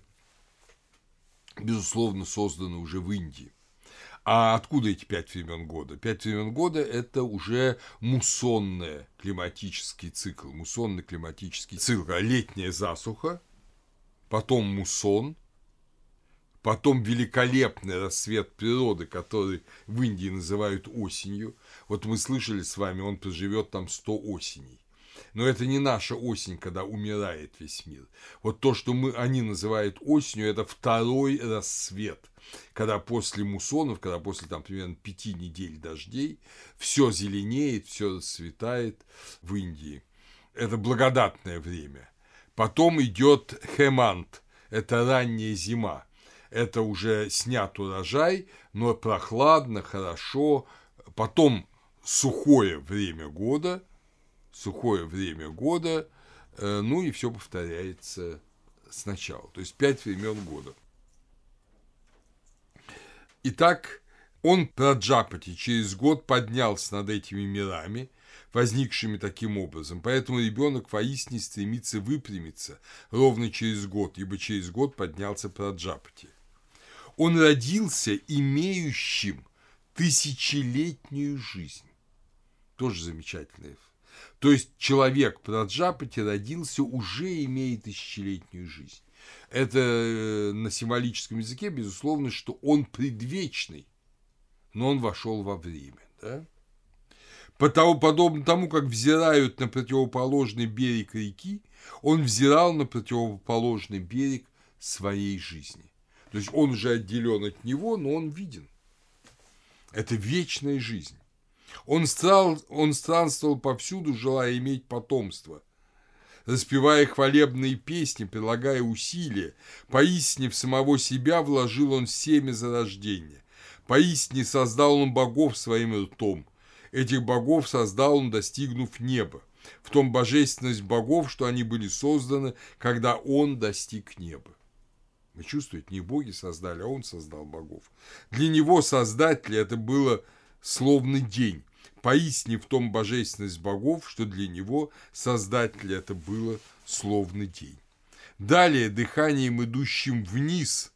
безусловно, созданы уже в Индии. А откуда эти 5 времен года? 5 времен года – это уже муссонный климатический цикл. Муссонный климатический цикл. Летняя засуха, потом муссон, потом великолепный рассвет природы, который в Индии называют осенью. Вот мы слышали с вами, он проживет там 100 осеней. Но это не наша осень, когда умирает весь мир. Вот то, что они называют осенью, это второй рассвет. Когда после муссонов, когда после там примерно 5 недель дождей, все зеленеет, все расцветает в Индии. Это благодатное время. Потом идет хемант, это ранняя зима. Это уже снят урожай, но прохладно, хорошо. Потом сухое время года, ну и все повторяется сначала. То есть 5 времен года. Итак, он, Праджапати, через год поднялся над этими мирами, возникшими таким образом. Поэтому ребенок воистине стремится выпрямиться ровно через год, ибо через год поднялся Праджапати. Он родился имеющим тысячелетнюю жизнь. Тоже замечательное. То есть человек Праджапати родился, уже имея тысячелетнюю жизнь. Это на символическом языке, безусловно, что он предвечный, но он вошел во время. Да? Подобно тому, как взирают на противоположный берег реки, он взирал на противоположный берег своей жизни. То есть он уже отделен от него, но он виден. Это вечная жизнь. Он странствовал повсюду, желая иметь потомство, распевая хвалебные песни, прилагая усилия. Поистине в самого себя вложил он семя зарождения. Поистине создал он богов своим ртом. Этих богов создал он, достигнув неба. В том божественность богов, что они были созданы, когда он достиг неба. Вы чувствуете, не боги создали, а он создал богов. Для него, создателя, это было словно день. Поистине в том божественность богов, что для него, создателя, это было словно день. Далее, дыханием, идущим вниз,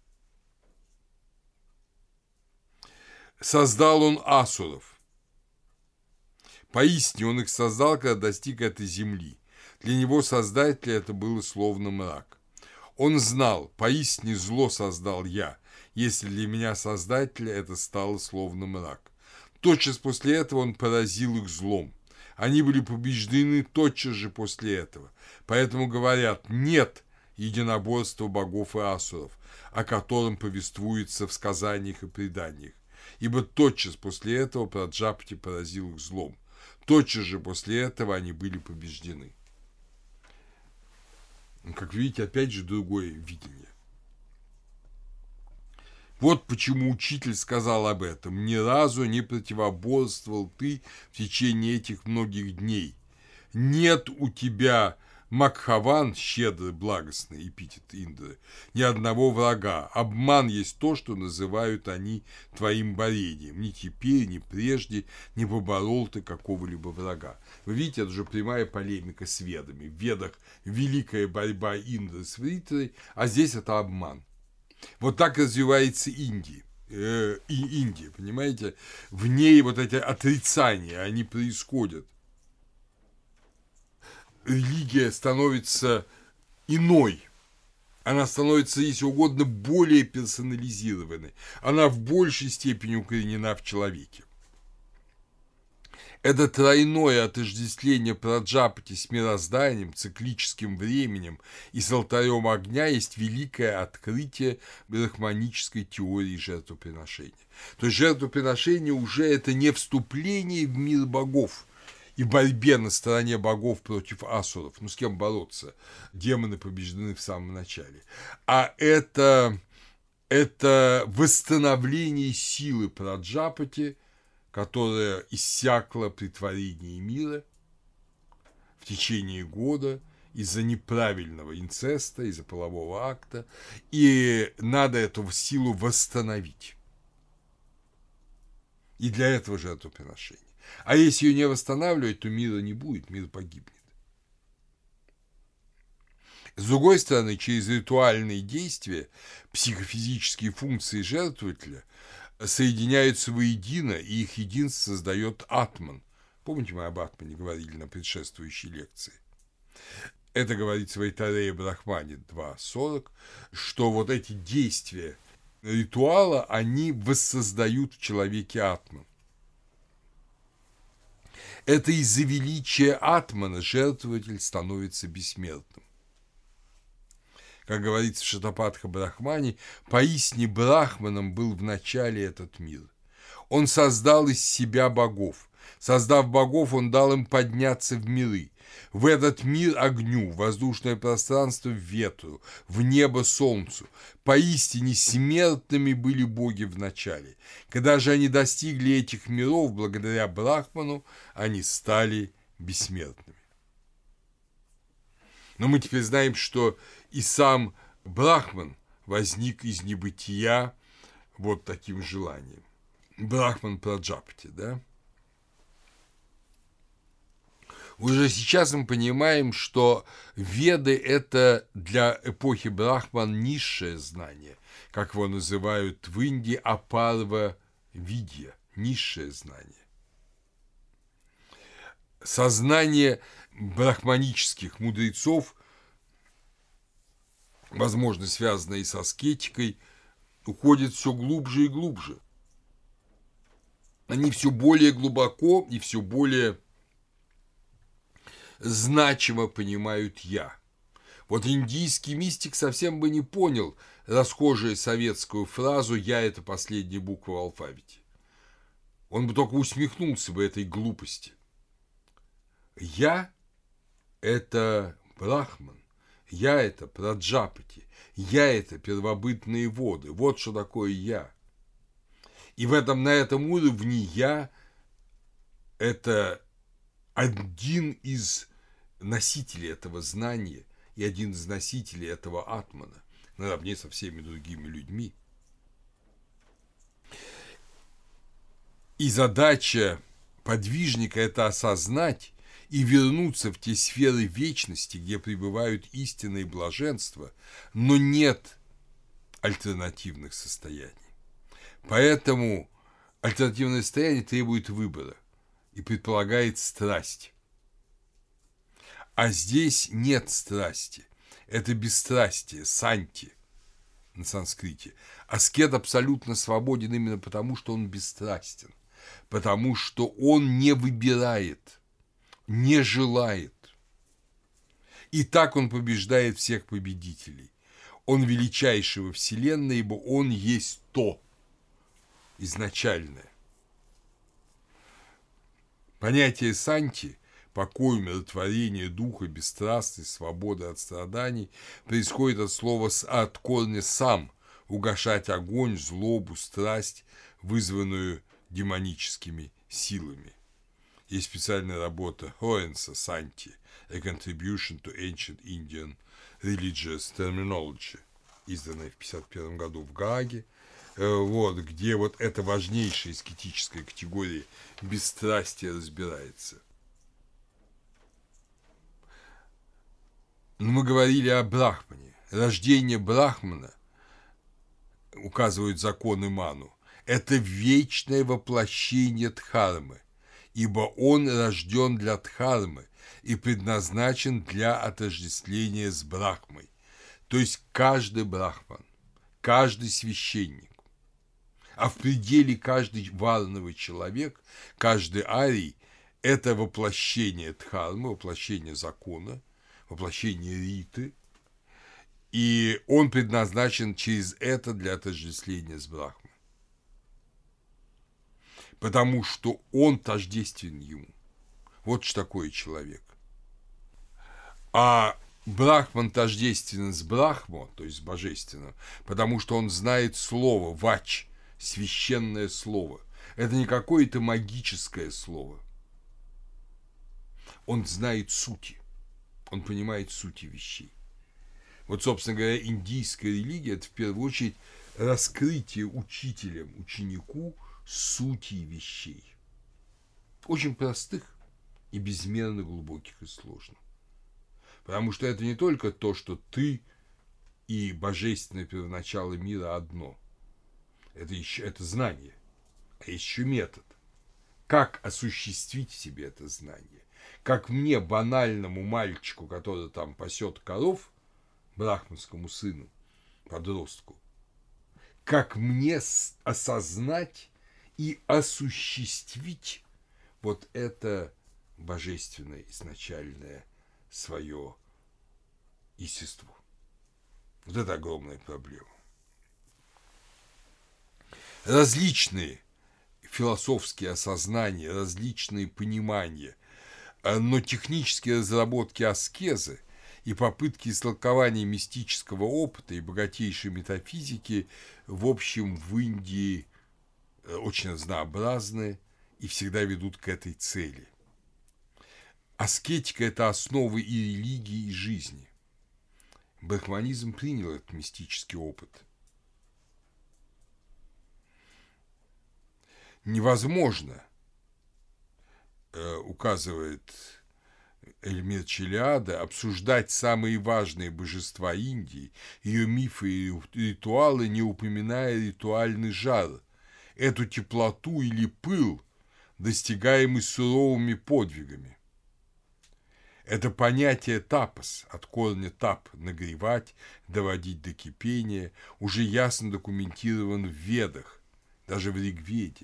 создал он асуров. Поистине он их создал, когда достиг этой земли. Для него, создателя, это было словно мрак. Он знал, поистине зло создал я, если для меня создателя это стало словно мрак. Тотчас после этого он поразил их злом. Они были побеждены тотчас же после этого. Поэтому говорят, нет единоборства богов и асуров, о котором повествуется в сказаниях и преданиях. Ибо тотчас после этого Праджапати поразил их злом. Тотчас же после этого они были побеждены. Как видите, опять же, другое видение. Вот почему учитель сказал об этом. Ни разу не противоборствовал ты в течение этих многих дней. Нет у тебя, Макхаван, щедрый, благостный эпитет Индры, ни одного врага. Обман есть то, что называют они твоим борением. Ни теперь, ни прежде не поборол ты какого-либо врага. Вы видите, это же прямая полемика с ведами. В ведах великая борьба Индры с Вритрой, а здесь это обман. Вот так развивается Индия, понимаете? В ней вот эти отрицания, они происходят. Религия становится иной. Она становится, если угодно, более персонализированной. Она в большей степени укоренена в человеке. Это тройное отождествление Праджапати с мирозданием, циклическим временем и с алтарем огня есть великое открытие брахманической теории жертвоприношения. То есть жертвоприношение уже это не вступление в мир богов и борьбе на стороне богов против асуров. Ну, с кем бороться? Демоны побеждены в самом начале. А это восстановление силы Праджапати, которая иссякла при творении мира в течение года из-за неправильного инцеста, из-за полового акта, и надо эту силу восстановить. И для этого жертвоприношение. А если ее не восстанавливать, то мира не будет, мир погибнет. С другой стороны, через ритуальные действия психофизические функции жертвователя соединяются воедино, и их единство создает атман. Помните, мы об атмане говорили на предшествующей лекции? Это говорится в Айтарея Брахмане 2.40, что вот эти действия ритуала, они воссоздают в человеке атман. Это из-за величия атмана жертвователь становится бессмертным. Как говорится в Шатапатха Брахмане, поистине Брахманом был в начале этот мир. Он создал из себя богов. Создав богов, он дал им подняться в миры. В этот мир огню, в воздушное пространство ветру, в небо солнцу. Поистине смертными были боги в начале. Когда же они достигли этих миров, благодаря Брахману, они стали бессмертными. Но мы теперь знаем, что и сам Брахман возник из небытия вот таким желанием. Брахман Праджапати, да? Уже сейчас мы понимаем, что Веды – это для эпохи Брахман низшее знание, как его называют в Индии, апарва видья, низшее знание. Сознание брахманических мудрецов, возможно, связанное и с аскетикой, уходит все глубже и глубже. Они все более глубоко и все более значимо понимают «я». Вот индийский мистик совсем бы не понял расхожую советскую фразу «я» – это последняя буква в алфавите. Он бы только усмехнулся бы этой глупости. «Я» – это Брахман, «я» – это Праджапати, «я» – это первобытные воды. Вот что такое «я». И на этом уровне «я» – это один из носителей этого знания и один из носителей этого атмана, наравне со всеми другими людьми. И задача подвижника – это осознать и вернуться в те сферы вечности, где пребывают истинные блаженства, но нет альтернативных состояний. Поэтому альтернативное состояние требует выбора и предполагает страсть. А здесь нет страсти. Это бесстрастие, санти на санскрите. Аскет абсолютно свободен именно потому, что он бесстрастен, потому что он не выбирает, не желает. И так он побеждает всех победителей. Он величайший во Вселенной, ибо он есть то изначальное. Понятие санти, покой, умиротворение духа, бесстрастность, свобода от страданий происходит от корня «сам», угашать огонь, злобу, страсть, вызванную демоническими силами. Есть специальная работа Хоенса «Санти. A Contribution to Ancient Indian Religious Terminology», изданная в 1951 году в Гааге, где вот эта важнейшая эскетическая категория бесстрастия разбирается. Но мы говорили о Брахмане. Рождение Брахмана, указывают законы Ману, это вечное воплощение Дхармы, ибо он рожден для Дхармы и предназначен для отождествления с Брахмой. То есть каждый Брахман, каждый священник, а в пределе каждый варновый человек, каждый арий – это воплощение Дхармы, воплощение закона, воплощение риты, и он предназначен через это для отождествления с Брахмой. Потому что он тождествен ему. Вот что такое человек. А Брахман тождествен с Брахмо, то есть с божественным, потому что он знает слово, вач, священное слово. Это не какое-то магическое слово. Он знает сути. Он понимает сути вещей. Вот, собственно говоря, индийская религия – это в первую очередь раскрытие учителем ученику сути вещей. Очень простых и безмерно глубоких и сложных. Потому что это не только то, что ты и божественное первоначало мира одно. Это знание. А еще метод. Как осуществить в себе это знание? Как мне, банальному мальчику, который там пасет коров, брахманскому сыну, подростку, как мне осознать и осуществить вот это божественное изначальное свое естество. Вот это огромная проблема. Различные философские осознания, различные понимания, но технические разработки аскезы и попытки истолкования мистического опыта и богатейшей метафизики, в общем, в Индии очень разнообразны и всегда ведут к этой цели. Аскетика – это основы и религии, и жизни. Брахманизм принял этот мистический опыт. Невозможно, указывает Эльмир Челиада, обсуждать самые важные божества Индии, ее мифы и ритуалы, не упоминая ритуальный жар, эту теплоту или пыл, достигаемый суровыми подвигами. Это понятие тапас, от корня тап – нагревать, доводить до кипения, уже ясно документирован в Ведах, даже в Ригведе.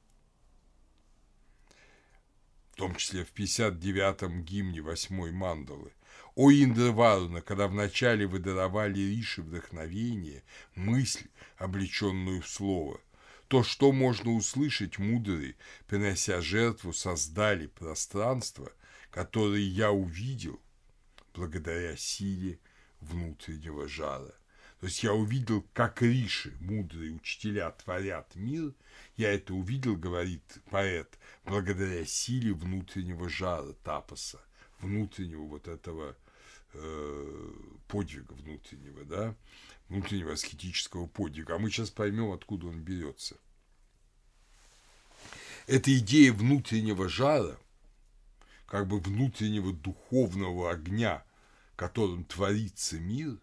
В том числе в 59-м гимне 8-й мандалы. «О Индра Варуна, когда вначале вы даровали Риши вдохновение, мысль, облеченную в слово, то, что можно услышать, мудрые, принося жертву, создали пространство, которое я увидел благодаря силе внутреннего жара». То есть я увидел, как Риши, мудрые учителя, творят мир. Я это увидел, говорит поэт, благодаря силе внутреннего жара, тапаса, внутреннего вот этого подвига внутреннего, да, внутреннего аскетического подвига. А мы сейчас поймем, откуда он берется. Эта идея внутреннего жара, как бы внутреннего духовного огня, которым творится мир,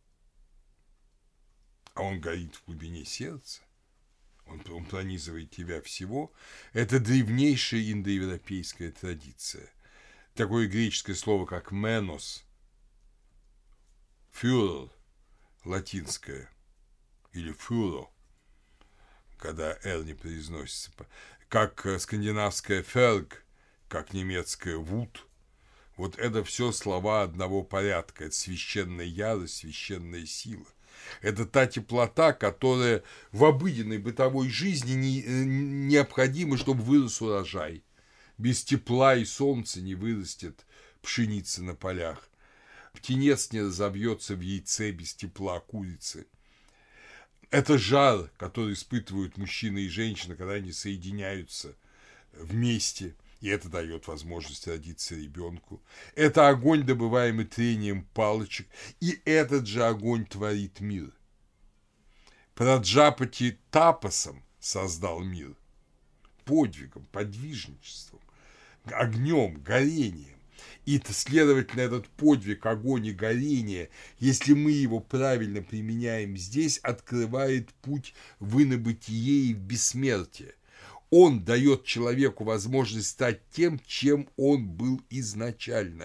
а он горит в глубине сердца, он пронизывает тебя всего, это древнейшая индоевропейская традиция. Такое греческое слово, как «менос», «фюрер», латинское, или «фюро», когда «р» не произносится, как скандинавское «ферг», как немецкое «вут», вот это все слова одного порядка, это священная ярость, священная сила. Это та теплота, которая в обыденной бытовой жизни необходима, чтобы вырос урожай. Без тепла и солнца не вырастет пшеница на полях. Птенец не разобьется в яйце без тепла курицы. Это жар, который испытывают мужчина и женщина, когда они соединяются вместе. И это дает возможность родиться ребенку. Это огонь, добываемый трением палочек. И этот же огонь творит мир. Праджапати тапасом создал мир. Подвигом, подвижничеством, огнем, горением. И, следовательно, этот подвиг, огонь и горение, если мы его правильно применяем здесь, открывает путь в инобытие и в бессмертие. Он дает человеку возможность стать тем, чем он был изначально.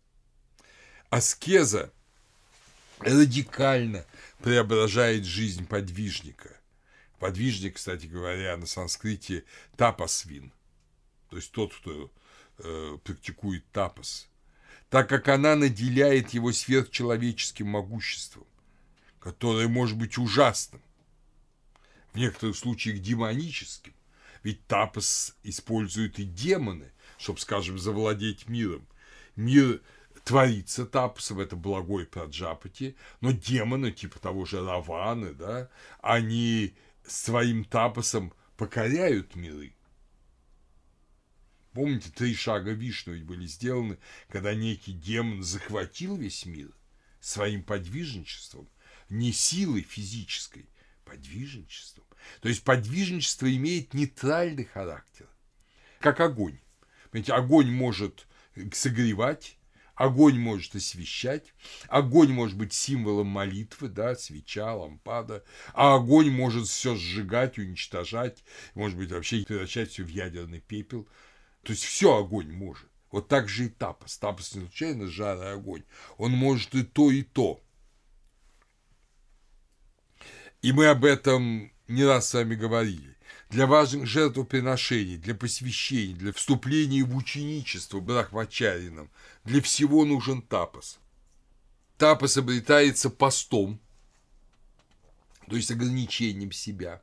Аскеза радикально преображает жизнь подвижника. Подвижник, кстати говоря, на санскрите тапасвин, то есть тот, кто практикует тапас, так как она наделяет его сверхчеловеческим могуществом, которое может быть ужасным, в некоторых случаях демоническим. Ведь тапас используют и демоны, чтобы, скажем, завладеть миром. Мир творится тапасом, это благой праджапати, но демоны, типа того же Раваны, да, они своим тапасом покоряют миры. Помните, 3 шага Вишну ведь были сделаны, когда некий демон захватил весь мир своим подвижничеством, не силой физической, подвижничеством. То есть подвижничество имеет нейтральный характер, как огонь. Понимаете, огонь может согревать, огонь может освещать, огонь может быть символом молитвы, да, свеча, лампада, а огонь может все сжигать, уничтожать, может быть, вообще превращать все в ядерный пепел. То есть все огонь может. Вот так же и тапас. Тапас не случайно жар и огонь. Он может и то, и то. И мы об этом не раз с вами говорили. Для важных жертвоприношений, для посвящений, для вступления в ученичество брахмачаринам, для всего нужен тапас. Тапас обретается постом, то есть ограничением себя,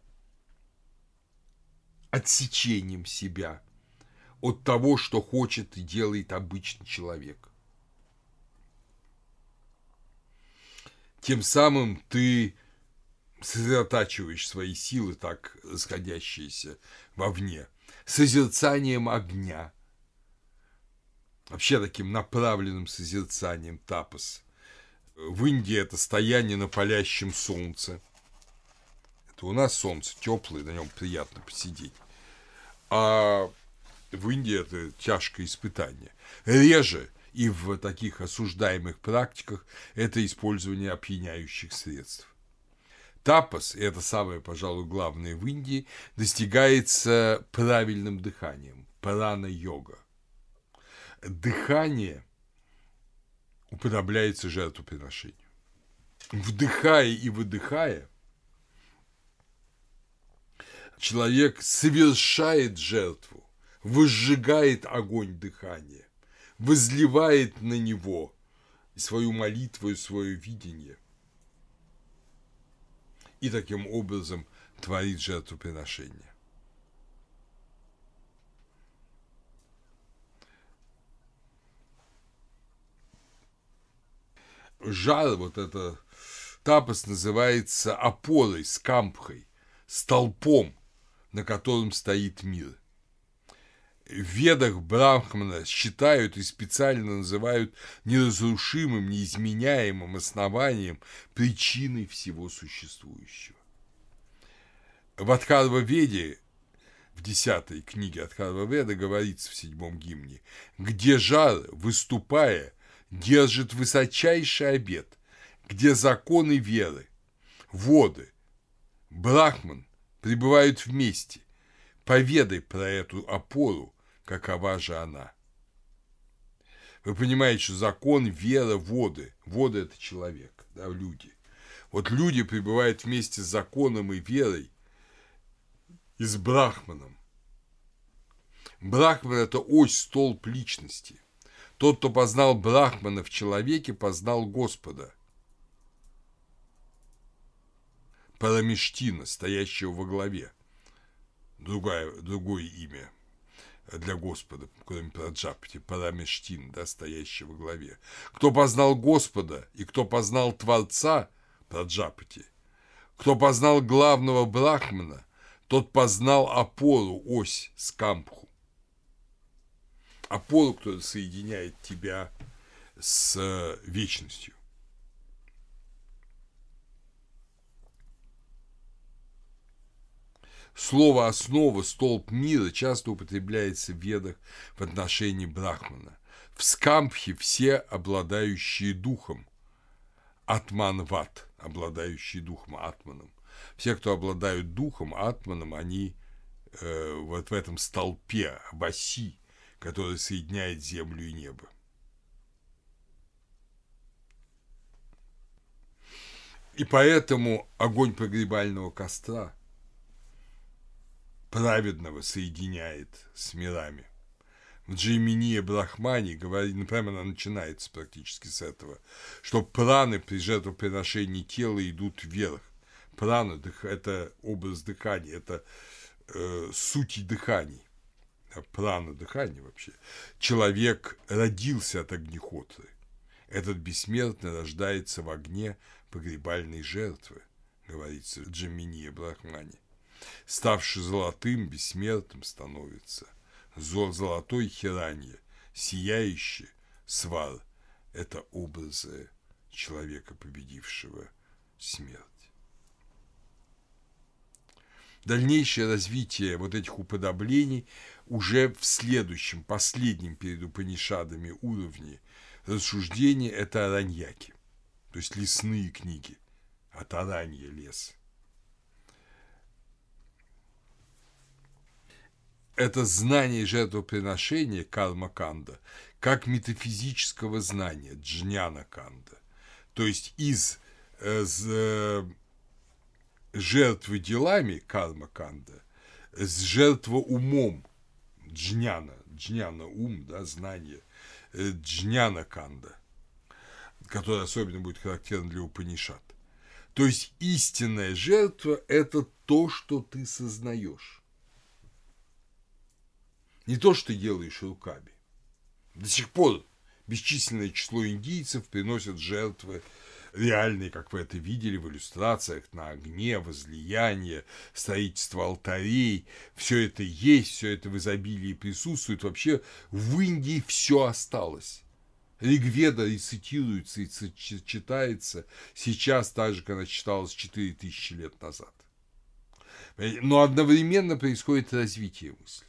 отсечением себя от того, что хочет и делает обычный человек. Тем самым ты сосредотачиваешь свои силы, так расходящиеся вовне, созерцанием огня, вообще таким направленным созерцанием тапас. В Индии это стояние на палящем солнце. Это у нас солнце теплое, на нем приятно посидеть. А в Индии это тяжкое испытание. Реже и в таких осуждаемых практиках это использование опьяняющих средств. Тапас, и это самое, пожалуй, главное в Индии, достигается правильным дыханием, прана-йога. Дыхание уподобляется жертвоприношению. Вдыхая и выдыхая, человек совершает жертву, возжигает огонь дыхания, возливает на него свою молитву и свое видение. И таким образом творит жертвоприношение. Жар, вот это тапас, называется опорой, скампхой, столпом, на котором стоит мир. В ведах Брахмана считают и специально называют неразрушимым, неизменяемым основанием, причиной всего существующего. В Атхарва-веде, в 10-й книге Атхарва-веда говорится в 7-м гимне, где жар, выступая, держит высочайший обет, где законы веры, воды, Брахман пребывают вместе. Поведай про эту опору, какова же она. Вы понимаете, что закон, вера, воды. Воды – это человек, да, люди. Вот люди пребывают вместе с законом и верой и с Брахманом. Брахман – это ось, столб личности. Тот, кто познал Брахмана в человеке, познал Господа. Парамештина, стоящего во главе. Другое имя для Господа, кроме Праджапати, Парамештин, да, стоящий во главе. Кто познал Господа и кто познал Творца, Праджапати, кто познал главного Брахмана, тот познал опору, ось, скампху. Опору, которая соединяет тебя с вечностью. Слово «основа», «столб мира» часто употребляется в ведах в отношении Брахмана. В скампхе все обладающие духом, атманват, обладающие духом, атманом. Все, кто обладают духом, атманом, они вот в этом столпе, в оси, который соединяет землю и небо. И поэтому огонь погребального костра праведного соединяет с мирами. В Джайминие Брахмане говорит, например, она начинается практически с этого, что праны при жертвоприношении тела идут вверх. Прана – это образ дыхания, это суть дыханий. Прана – дыхание вообще. Человек родился от Агнихотры. Этот бессмертный рождается в огне погребальной жертвы, говорится в Джайминие Брахмане. Ставший золотым, бессмертным становится. Золотой хиранья, сияющий свар – это образы человека, победившего смерть. Дальнейшее развитие вот этих уподоблений уже в следующем, последнем перед Упанишадами уровне рассуждения – это араньяки, то есть лесные книги, от аранья – лес. Это знание жертвоприношения карма-канда как метафизического знания джняна-канда. То есть из жертвы делами карма-канда жертва умом, джняна ум, да, знание, джняна канда, который особенно будет характерен для Упанишад. То есть истинная жертва – это то, что ты сознаешь. Не то, что ты делаешь руками. До сих пор бесчисленное число индийцев приносят жертвы реальные, как вы это видели в иллюстрациях, на огне, возлияние, строительство алтарей. Все это есть, все это в изобилии присутствует. Вообще в Индии все осталось. Ригведа рецитируется и читается сейчас так же, как она читалась 4000 лет назад. Но одновременно происходит развитие мысли.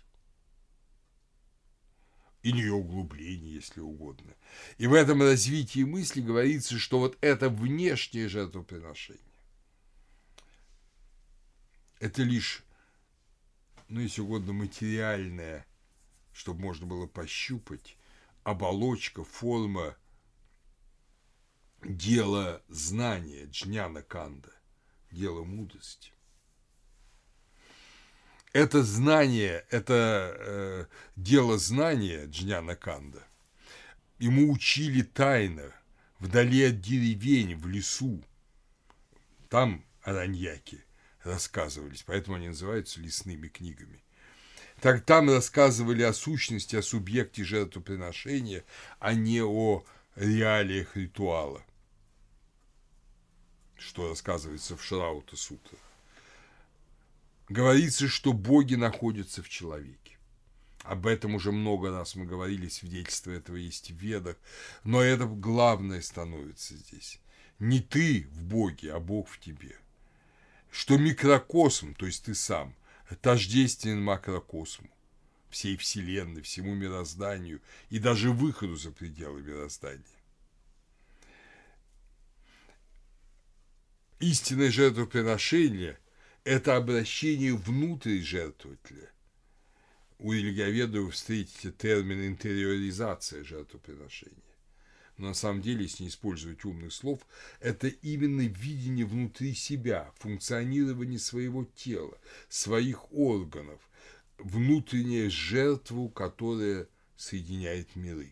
Или ее углубление, если угодно. И в этом развитии мысли говорится, что вот это внешнее жертвоприношение – это лишь, если угодно, материальное, чтобы можно было пощупать, оболочка, форма дела знания, джняна канда, дело мудрости. Это знание, это дело знания джняна канда. Ему учили тайно, вдали от деревень, в лесу. Там араньяки рассказывались, поэтому они называются лесными книгами. Так там рассказывали о сущности, о субъекте жертвоприношения, а не о реалиях ритуала, что рассказывается в Шраута-сутре. Говорится, что боги находятся в человеке. Об этом уже много раз мы говорили, свидетельство этого есть в Ведах, но это главное становится здесь. Не ты в Боге, а Бог в тебе. Что микрокосм, то есть ты сам, тождествен макрокосму, всей Вселенной, всему мирозданию и даже выходу за пределы мироздания. Истинное жертвоприношение – это обращение внутрь жертвователя. У религиоведов вы встретите термин интериоризация жертвоприношения. Но на самом деле, если не использовать умных слов, это именно видение внутри себя, функционирование своего тела, своих органов, внутренняя жертва, которая соединяет миры.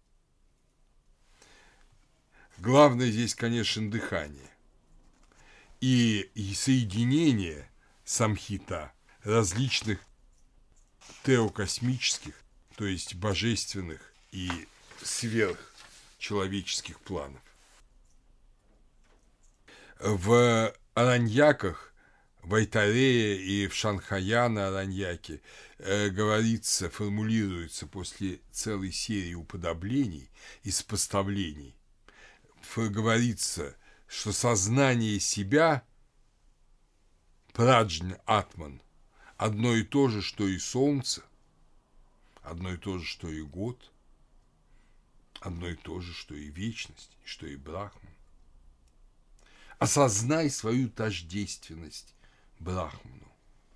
Главное здесь, конечно, дыхание. И соединение самхита различных теокосмических, то есть божественных и сверхчеловеческих планов. В Араньяках, в Айтарее и в Шанхаяна Араньяке говорится, формулируется после целой серии уподоблений и сопоставлений, говорится, что сознание себя, праджнь атман, одно и то же, что и солнце, одно и то же, что и год, одно и то же, что и вечность, что и Брахман. Осознай свою тождественность Брахману.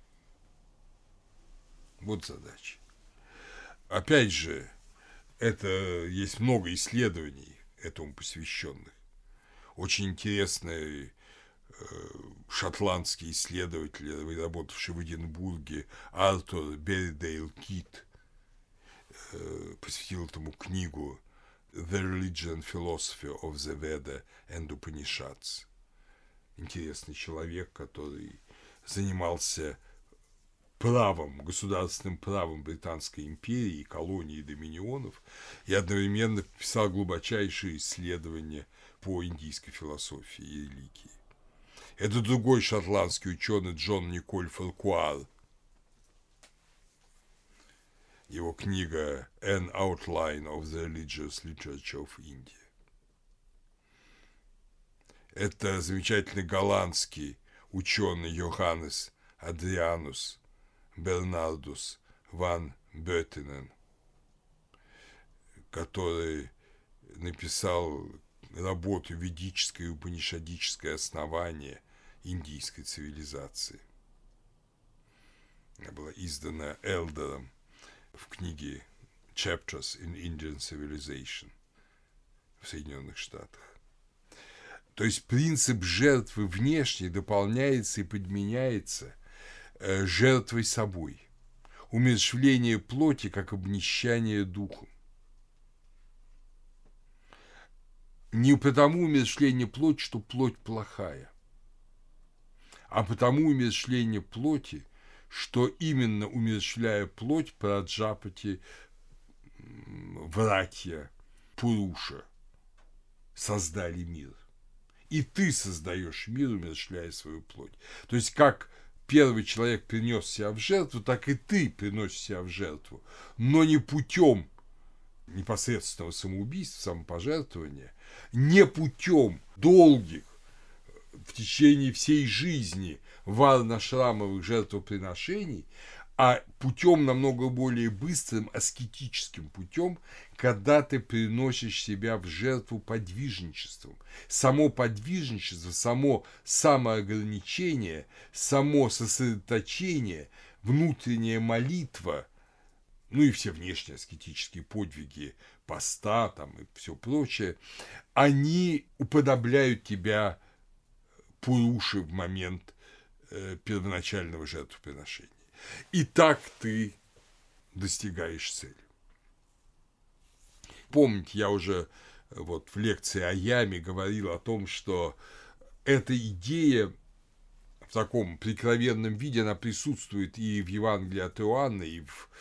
Вот задача. Опять же, это есть много исследований этому посвященных. Очень интересный шотландский исследователь, работавший в Эдинбурге, Артур Берридейл Кит, посвятил этому книгу «The Religion and Philosophy of the Veda and Upanishads». Интересный человек, который занимался правом, государственным правом Британской империи, колоний и доминионов, и одновременно писал глубочайшие исследования по индийской философии и религии. Это другой шотландский ученый Джон Николь Фаркуар. Его книга «An Outline of the Religious Literature of India». Это замечательный голландский ученый Йоханнес Адрианус Бернардус ван Беттинен, который написал работу «Ведическое и упанишадическое основание индийской цивилизации». Она была издана Элдером в книге «Chapters in Indian Civilization» в Соединенных Штатах. То есть принцип жертвы внешней дополняется и подменяется жертвой собой, умерщвление плоти как обнищание духом. Не потому умерщвление плоти, что плоть плохая, а потому умерщвление плоти, что именно умерщвляя плоть, Праджапати, братья Пуруша, создали мир. И ты создаешь мир, умерщвляя свою плоть. То есть, как первый человек принес себя в жертву, так и ты приносишь себя в жертву, но не путем непосредственного самоубийства, самопожертвования, не путем долгих в течение всей жизни варна-шрамовых жертвоприношений, а путем намного более быстрым, аскетическим путем, когда ты приносишь себя в жертву подвижничеством. Само подвижничество, само самоограничение, само сосредоточение, внутренняя молитва, ну и все внешние аскетические подвиги поста там и все прочее, они уподобляют тебя Пуруши в момент первоначального жертвоприношения. И так ты достигаешь цели. Помните, я уже вот в лекции о яме говорил о том, что эта идея в таком прикровенном виде, она присутствует и в Евангелии от Иоанна, и в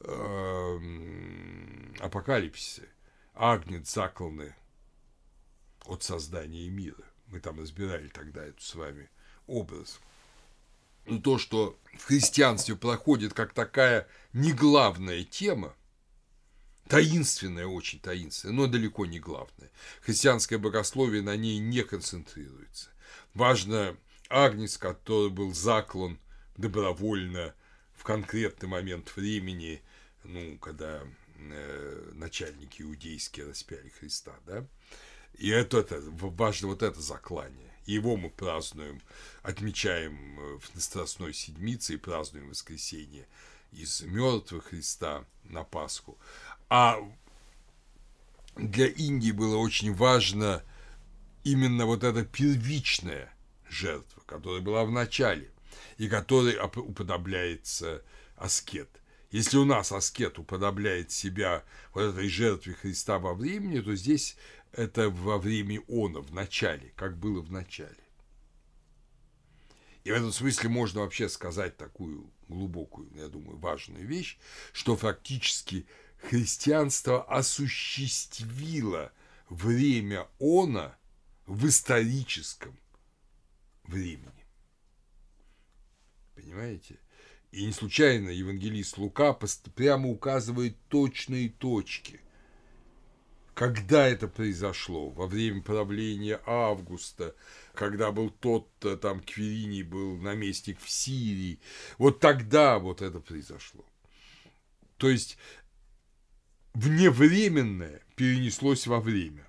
Апокалипсисе. Агнец закланный от создания мира. Мы там разбирали тогда эту с вами образ. Но то, что в христианстве проходит как такая неглавная тема, таинственная, очень таинственная, но далеко не главная. Христианское богословие на ней не концентрируется. Важно агнец, который был заклан добровольно в конкретный момент времени, ну, когда начальники иудейские распяли Христа, да? И это важно, вот это заклание. Его мы празднуем, отмечаем в Страстной Седмице и празднуем воскресенье из мертвых Христа на Пасху. А для Индии было очень важно именно вот эта первичная жертва, которая была в начале, и которой уподобляется аскет. Если у нас аскет уподобляет себя вот этой жертве Христа во времени, то здесь это во время она, в начале, как было в начале. И в этом смысле можно вообще сказать такую глубокую, я думаю, важную вещь, что фактически христианство осуществило время она в историческом времени. Понимаете? И не случайно евангелист Лука прямо указывает точные точки. Когда это произошло? Во время правления Августа, когда был тот-то там Квириний, был наместник в Сирии. Вот тогда вот это произошло. То есть вневременное перенеслось во время.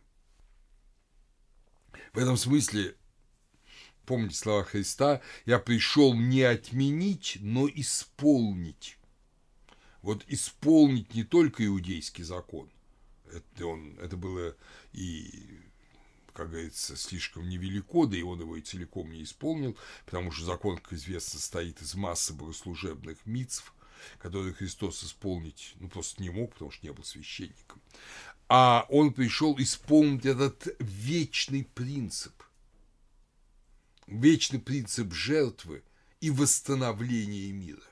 В этом смысле, помните слова Христа, я пришел не отменить, но исполнить. Вот исполнить не только иудейский закон. Это было и, как говорится, слишком невелико, да и он его и целиком не исполнил, потому что закон, как известно, состоит из массы богослужебных мицв, которые Христос исполнить просто не мог, потому что не был священником. А он пришел исполнить этот вечный принцип жертвы и восстановления мира.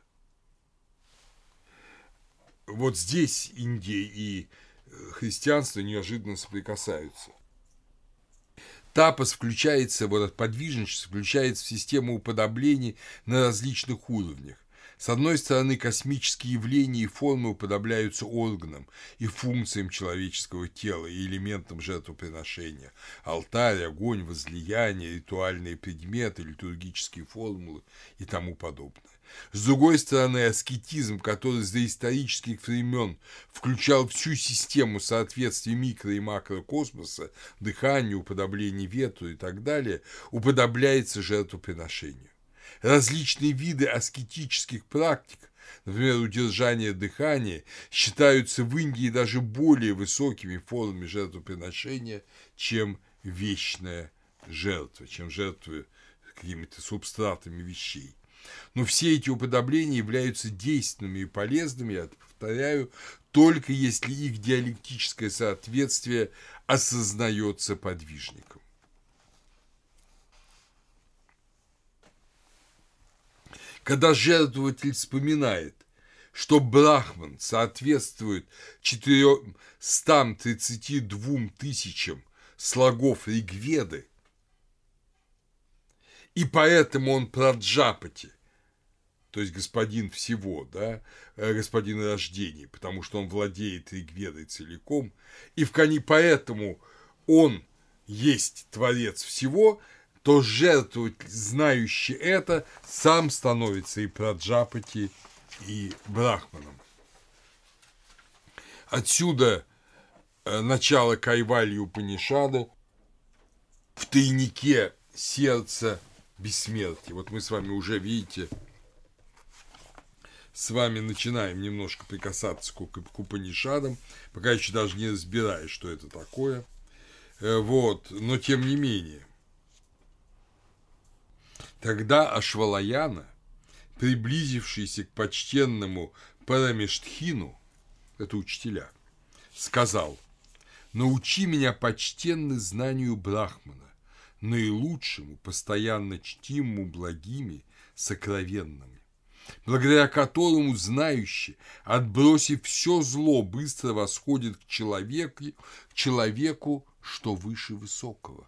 Вот здесь Индия и христианство неожиданно соприкасаются. Тапос включается, вот это подвижничество включается в систему уподоблений на различных уровнях. С одной стороны, космические явления и формы уподобляются органам и функциям человеческого тела и элементам жертвоприношения. Алтарь, огонь, возлияние, ритуальные предметы, литургические формулы и тому подобное. С другой стороны, аскетизм, который с доисторических времен включал всю систему соответствия микро- и макрокосмоса, дыханию, уподоблению ветру и так далее, уподобляется жертвоприношению. Различные виды аскетических практик, например, удержание дыхания, считаются в Индии даже более высокими формами жертвоприношения, чем вечная жертва, чем жертвы какими-то субстратами вещей. Но все эти уподобления являются действенными и полезными, я повторяю, только если их диалектическое соответствие осознается подвижником. Когда жертвователь вспоминает, что Брахман соответствует 432 тысячам слогов Ригведы, и поэтому он Праджапати, то есть господин всего, да, господин рождения, потому что он владеет Ригведой целиком, и поэтому он есть Творец всего, то жертвователь, знающий это, сам становится и Праджапати, и Брахманом. Отсюда начало Кайвальи Упанишада в тайнике сердца бессмертия. Вот мы с вами уже, видите, с вами начинаем немножко прикасаться к Упанишадам, пока еще даже не разбираю, что это такое. Вот, но тем не менее. Тогда Ашвалаяна, приблизившийся к почтенному Парамештхину, это учителя, сказал: «Научи меня, почтенный, знанию Брахмана, наилучшему, постоянно чтимому благими, сокровенными, благодаря которому знающий, отбросив все зло, быстро восходит к человеку, что выше высокого».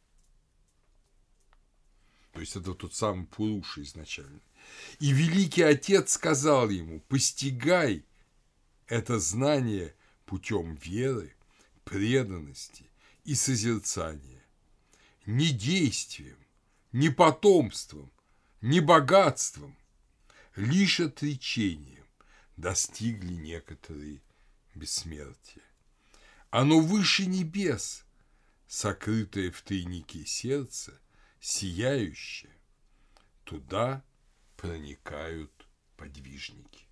То есть это тот самый Пуруша изначально. И великий отец сказал ему: постигай это знание путем веры, преданности и созерцания. Ни действием, ни потомством, ни богатством, лишь отречением достигли некоторые бессмертия. Оно выше небес, сокрытое в тайнике сердца, сияющее, туда проникают подвижники.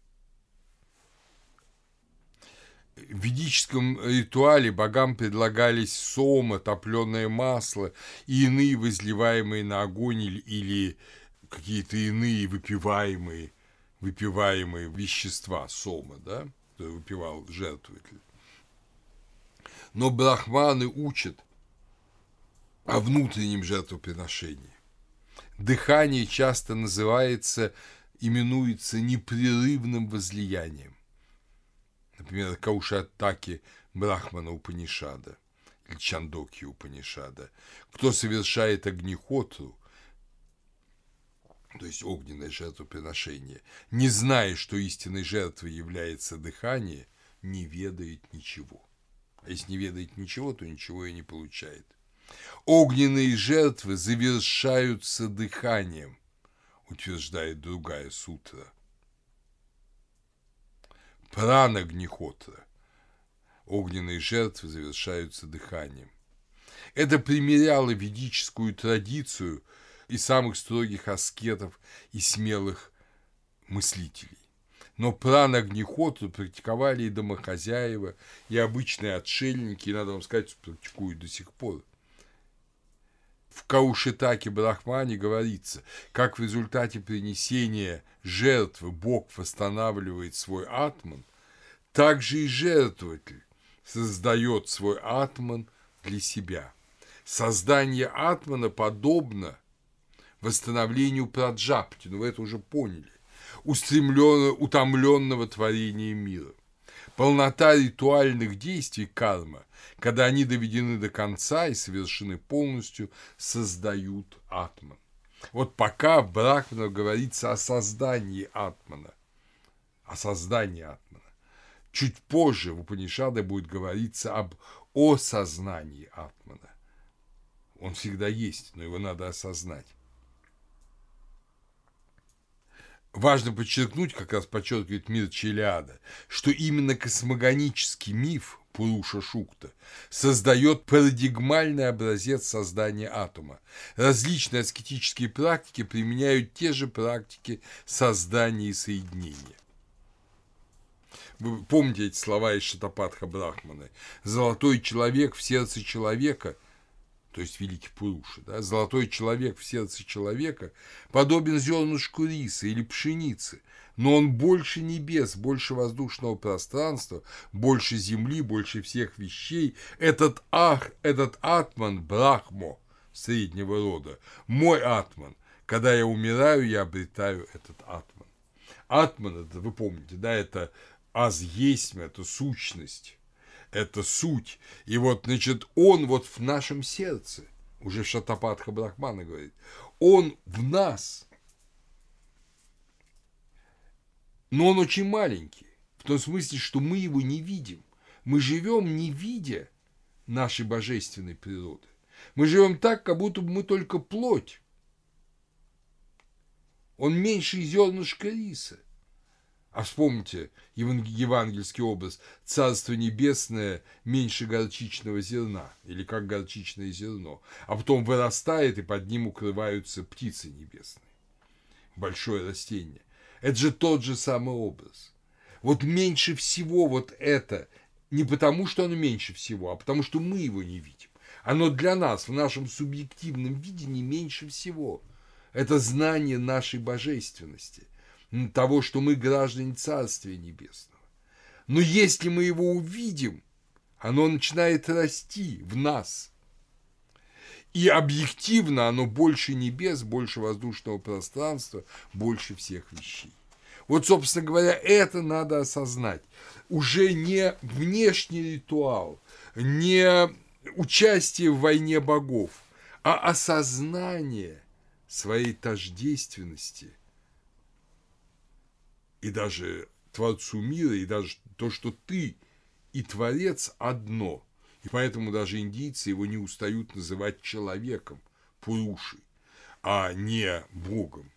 В ведическом ритуале богам предлагались сома, топленое масло и иные возливаемые на огонь или какие-то иные выпиваемые вещества сома, да, которые выпивал жертвователь. Но брахманы учат о внутреннем жертвоприношении. Дыхание часто именуется непрерывным возлиянием. Например, Каушатаки Брахмана Упанишада или Чандоки Упанишада. Кто совершает агнихотру, то есть огненное жертвоприношение, не зная, что истинной жертвой является дыхание, не ведает ничего. А если не ведает ничего, то ничего и не получает. Огненные жертвы завершаются дыханием, утверждает другая сутра. Прана-гнихотра. Огненные жертвы завершаются дыханием. Это примеряло ведическую традицию и самых строгих аскетов и смелых мыслителей. Но прана-гнихотру практиковали и домохозяева, и обычные отшельники, и, надо вам сказать, практикуют до сих пор. В Каушитаке Брахмане говорится, как в результате принесения жертвы Бог восстанавливает свой атман, так же и жертвователь создает свой атман для себя. Создание атмана подобно восстановлению праджапти, вы это уже поняли, утомленного творением мира. Полнота ритуальных действий карма, когда они доведены до конца и совершены полностью, создают атман. Вот пока в Брахманах говорится о создании атмана. Чуть позже в Упанишадах будет говориться об осознании атмана. Он всегда есть, но его надо осознать. Важно подчеркнуть, как раз подчеркивает Мирча Элиада, что именно космогонический миф Пуруша Шукта создает парадигмальный образец создания атома. Различные аскетические практики применяют те же практики создания и соединения. Вы помните эти слова из Шатапатха Брахманы? «Золотой человек в сердце человека то есть великий Пуруша, да, золотой человек в сердце человека подобен зернышку риса или пшеницы, но он больше небес, больше воздушного пространства, больше земли, больше всех вещей. Этот атман, брахмо среднего рода, мой атман. Когда я умираю, я обретаю этот атман. Атман, это вы помните, да, это аз есть, это сущность, это суть. И вот, значит, он вот в нашем сердце, уже Шатапатха Брахмана говорит, он в нас. Но он очень маленький, в том смысле, что мы его не видим. Мы живем, не видя нашей божественной природы. Мы живем так, как будто мы только плоть. Он меньше зернышка риса. А вспомните евангельский образ: Царство Небесное меньше горчичного зерна, или как горчичное зерно, а потом вырастает, и под ним укрываются птицы небесные. Большое растение. Это же тот же самый образ. Вот меньше всего вот это, не потому, что оно меньше всего, а потому, что мы его не видим. Оно для нас, в нашем субъективном видении, меньше всего. Это знание нашей божественности, того, что мы граждане Царствия Небесного. Но если мы его увидим, оно начинает расти в нас. И объективно оно больше небес, больше воздушного пространства, больше всех вещей. Вот, собственно говоря, это надо осознать. Уже не внешний ритуал, не участие в войне богов, а осознание своей тождественности и даже Творцу мира, и даже то, что ты и Творец одно. И поэтому даже индийцы его не устают называть человеком, Пурушей, а не Богом.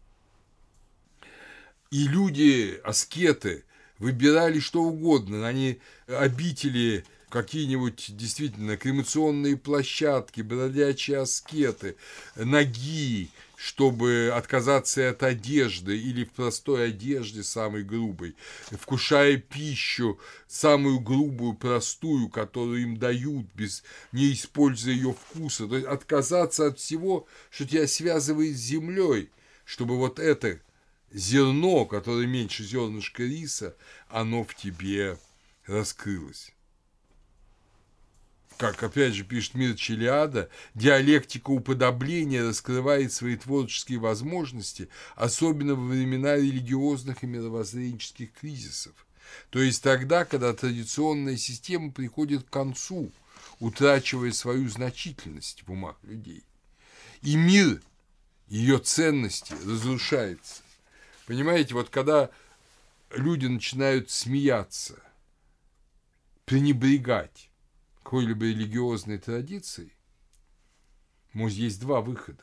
И люди, аскеты, выбирали что угодно. Они обители, какие-нибудь действительно кремационные площадки, бродячие аскеты, ноги, чтобы отказаться от одежды или в простой одежде, самой грубой, вкушая пищу, самую грубую, простую, которую им дают, не используя ее вкуса. То есть отказаться от всего, что тебя связывает с землей, чтобы вот это зерно, которое меньше зернышка риса, оно в тебе раскрылось. Как, опять же, пишет Мирча Элиада, диалектика уподобления раскрывает свои творческие возможности, особенно во времена религиозных и мировоззренческих кризисов. То есть тогда, когда традиционная система приходит к концу, утрачивая свою значительность в умах людей. И мир, ее ценности разрушается. Понимаете, вот когда люди начинают смеяться, пренебрегать какой-либо религиозной традицией, может, есть два выхода.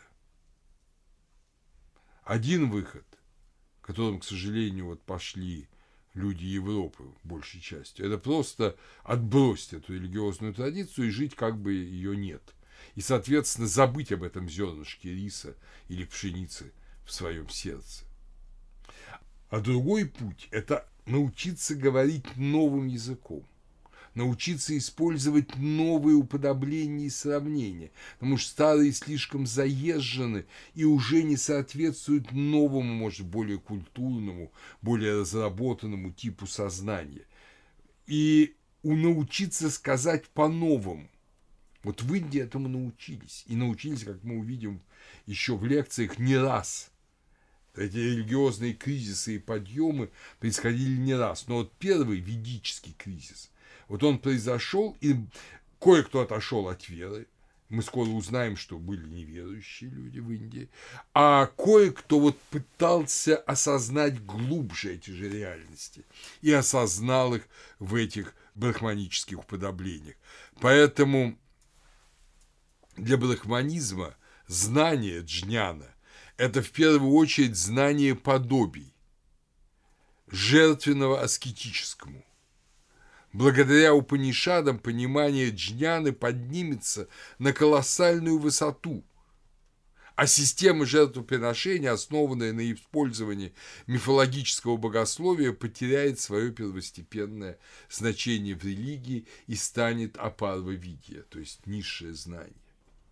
Один выход, которым, к сожалению, вот пошли люди Европы большей частью, это просто отбросить эту религиозную традицию и жить, как бы ее нет. И, соответственно, забыть об этом зернышке риса или пшеницы в своем сердце. А другой путь – это научиться говорить новым языком. Научиться использовать новые уподобления и сравнения, потому что старые слишком заезжены и уже не соответствуют новому, может, более культурному, более разработанному типу сознания. И научиться сказать по-новому. Вот в Индии этому научились. И научились, как мы увидим еще в лекциях, не раз. Эти религиозные кризисы и подъемы происходили не раз. Но вот первый ведический кризис, вот он произошел, и кое-кто отошел от веры. Мы скоро узнаем, что были неверующие люди в Индии. А кое-кто вот пытался осознать глубже эти же реальности. И осознал их в этих брахманических уподоблениях. Поэтому для брахманизма знание джняна – это в первую очередь знание подобий, жертвенного аскетическому. Благодаря Упанишадам понимание джняны поднимется на колоссальную высоту, а система жертвоприношения, основанная на использовании мифологического богословия, потеряет свое первостепенное значение в религии и станет апарва-видья, то есть низшее знание.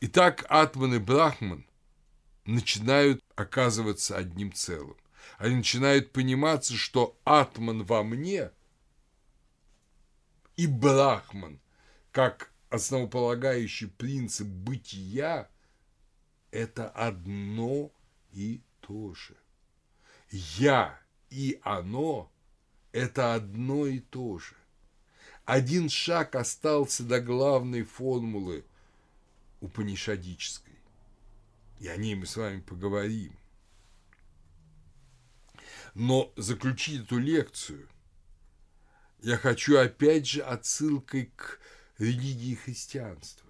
Итак, Атман и Брахман начинают оказываться одним целым. Они начинают пониматься, что Атман во мне и Брахман, как основополагающий принцип бытия, это одно и то же. Я и оно – это одно и то же. Один шаг остался до главной формулы упанишадической. И о ней мы с вами поговорим. Но заключить эту лекцию я хочу опять же отсылкой к религии христианства.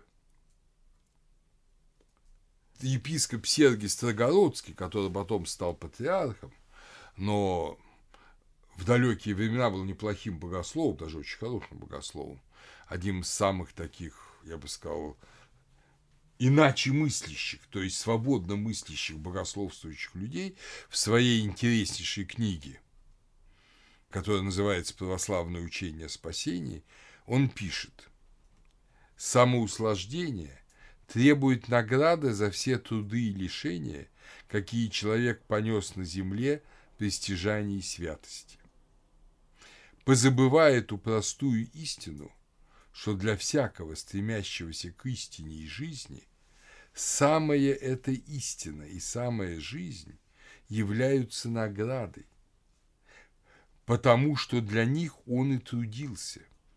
Епископ Сергий Строгородский, который потом стал патриархом, но в далекие времена был неплохим богословом, даже очень хорошим богословом, одним из самых таких, я бы сказал, иначе мыслящих, то есть свободно мыслящих богословствующих людей, в своей интереснейшей книге, которая называется «Православное учение о спасении», он пишет: «Самоуслаждение требует награды за все труды и лишения, какие человек понес на земле при стяжании святости. Позабывая эту простую истину, что для всякого, стремящегося к истине и жизни, самая эта истина и самая жизнь являются наградой, потому что для них он и трудился.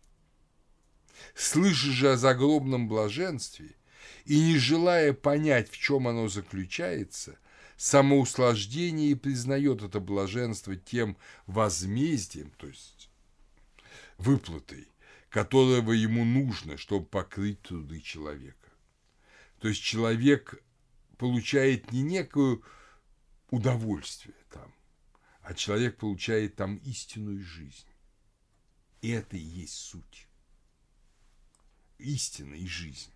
Слыша же о загробном блаженстве и не желая понять, в чем оно заключается, самоуслаждение признает это блаженство тем возмездием, то есть выплатой, которого ему нужно, чтобы покрыть труды человека. То есть человек получает не некое удовольствие там, а человек получает там истинную жизнь. И это и есть суть. Истина и жизнь.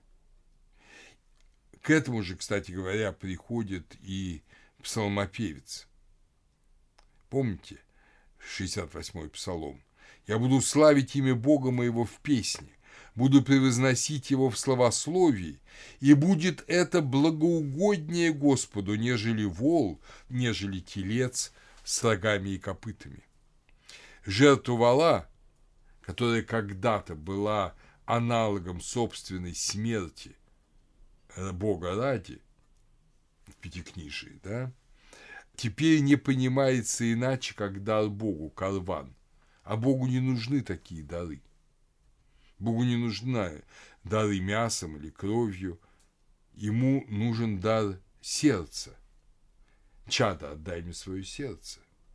К этому же, кстати говоря, приходит и псалмопевец. Помните 68-й псалом? «Я буду славить имя Бога моего в песне, буду превозносить его в словословии, и будет это благоугоднее Господу, нежели вол, нежели телец с рогами и копытами». Жертва вола, которая когда-то была аналогом собственной смерти Бога ради, в Пятикнижии, да, теперь не понимается иначе, как дар Богу, корбан. А Богу не нужны такие дары. Богу не нужны дары мясом или кровью. Ему нужен дар сердца. Чадо, отдай мне свое сердце.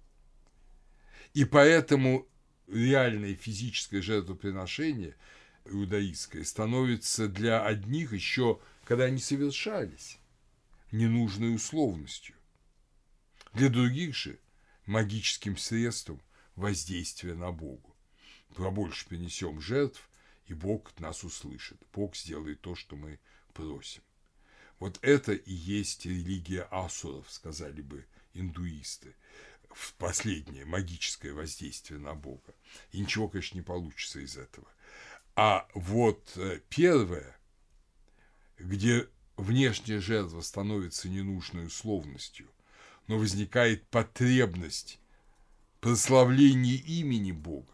И поэтому реальное физическое жертвоприношение иудаистское становится для одних еще, когда они совершались, ненужной условностью. Для других же магическим средством воздействия на Бога. Побольше принесем жертв, и Бог нас услышит. Бог сделает то, что мы просим. Вот это и есть религия асуров, сказали бы индуисты. В последнее магическое воздействие на Бога. И ничего, конечно, не получится из этого. А вот первое, где внешняя жертва становится ненужной условностью, но возникает потребность прославления имени Бога,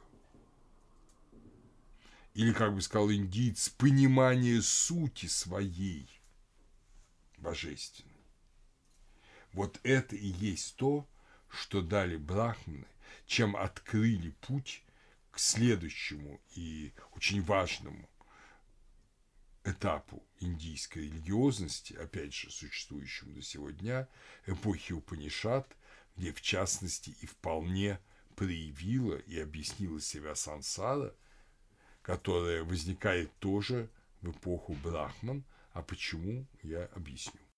или, как бы сказал индиец, понимание сути своей божественной. Вот это и есть то, что дали брахманы, чем открыли путь к следующему и очень важному этапу индийской религиозности, опять же, существующему до сего дня, эпохи Упанишад, где, в частности, и вполне проявила и объяснила себя сансара, которая возникает тоже в эпоху Брахман. А почему, я объясню.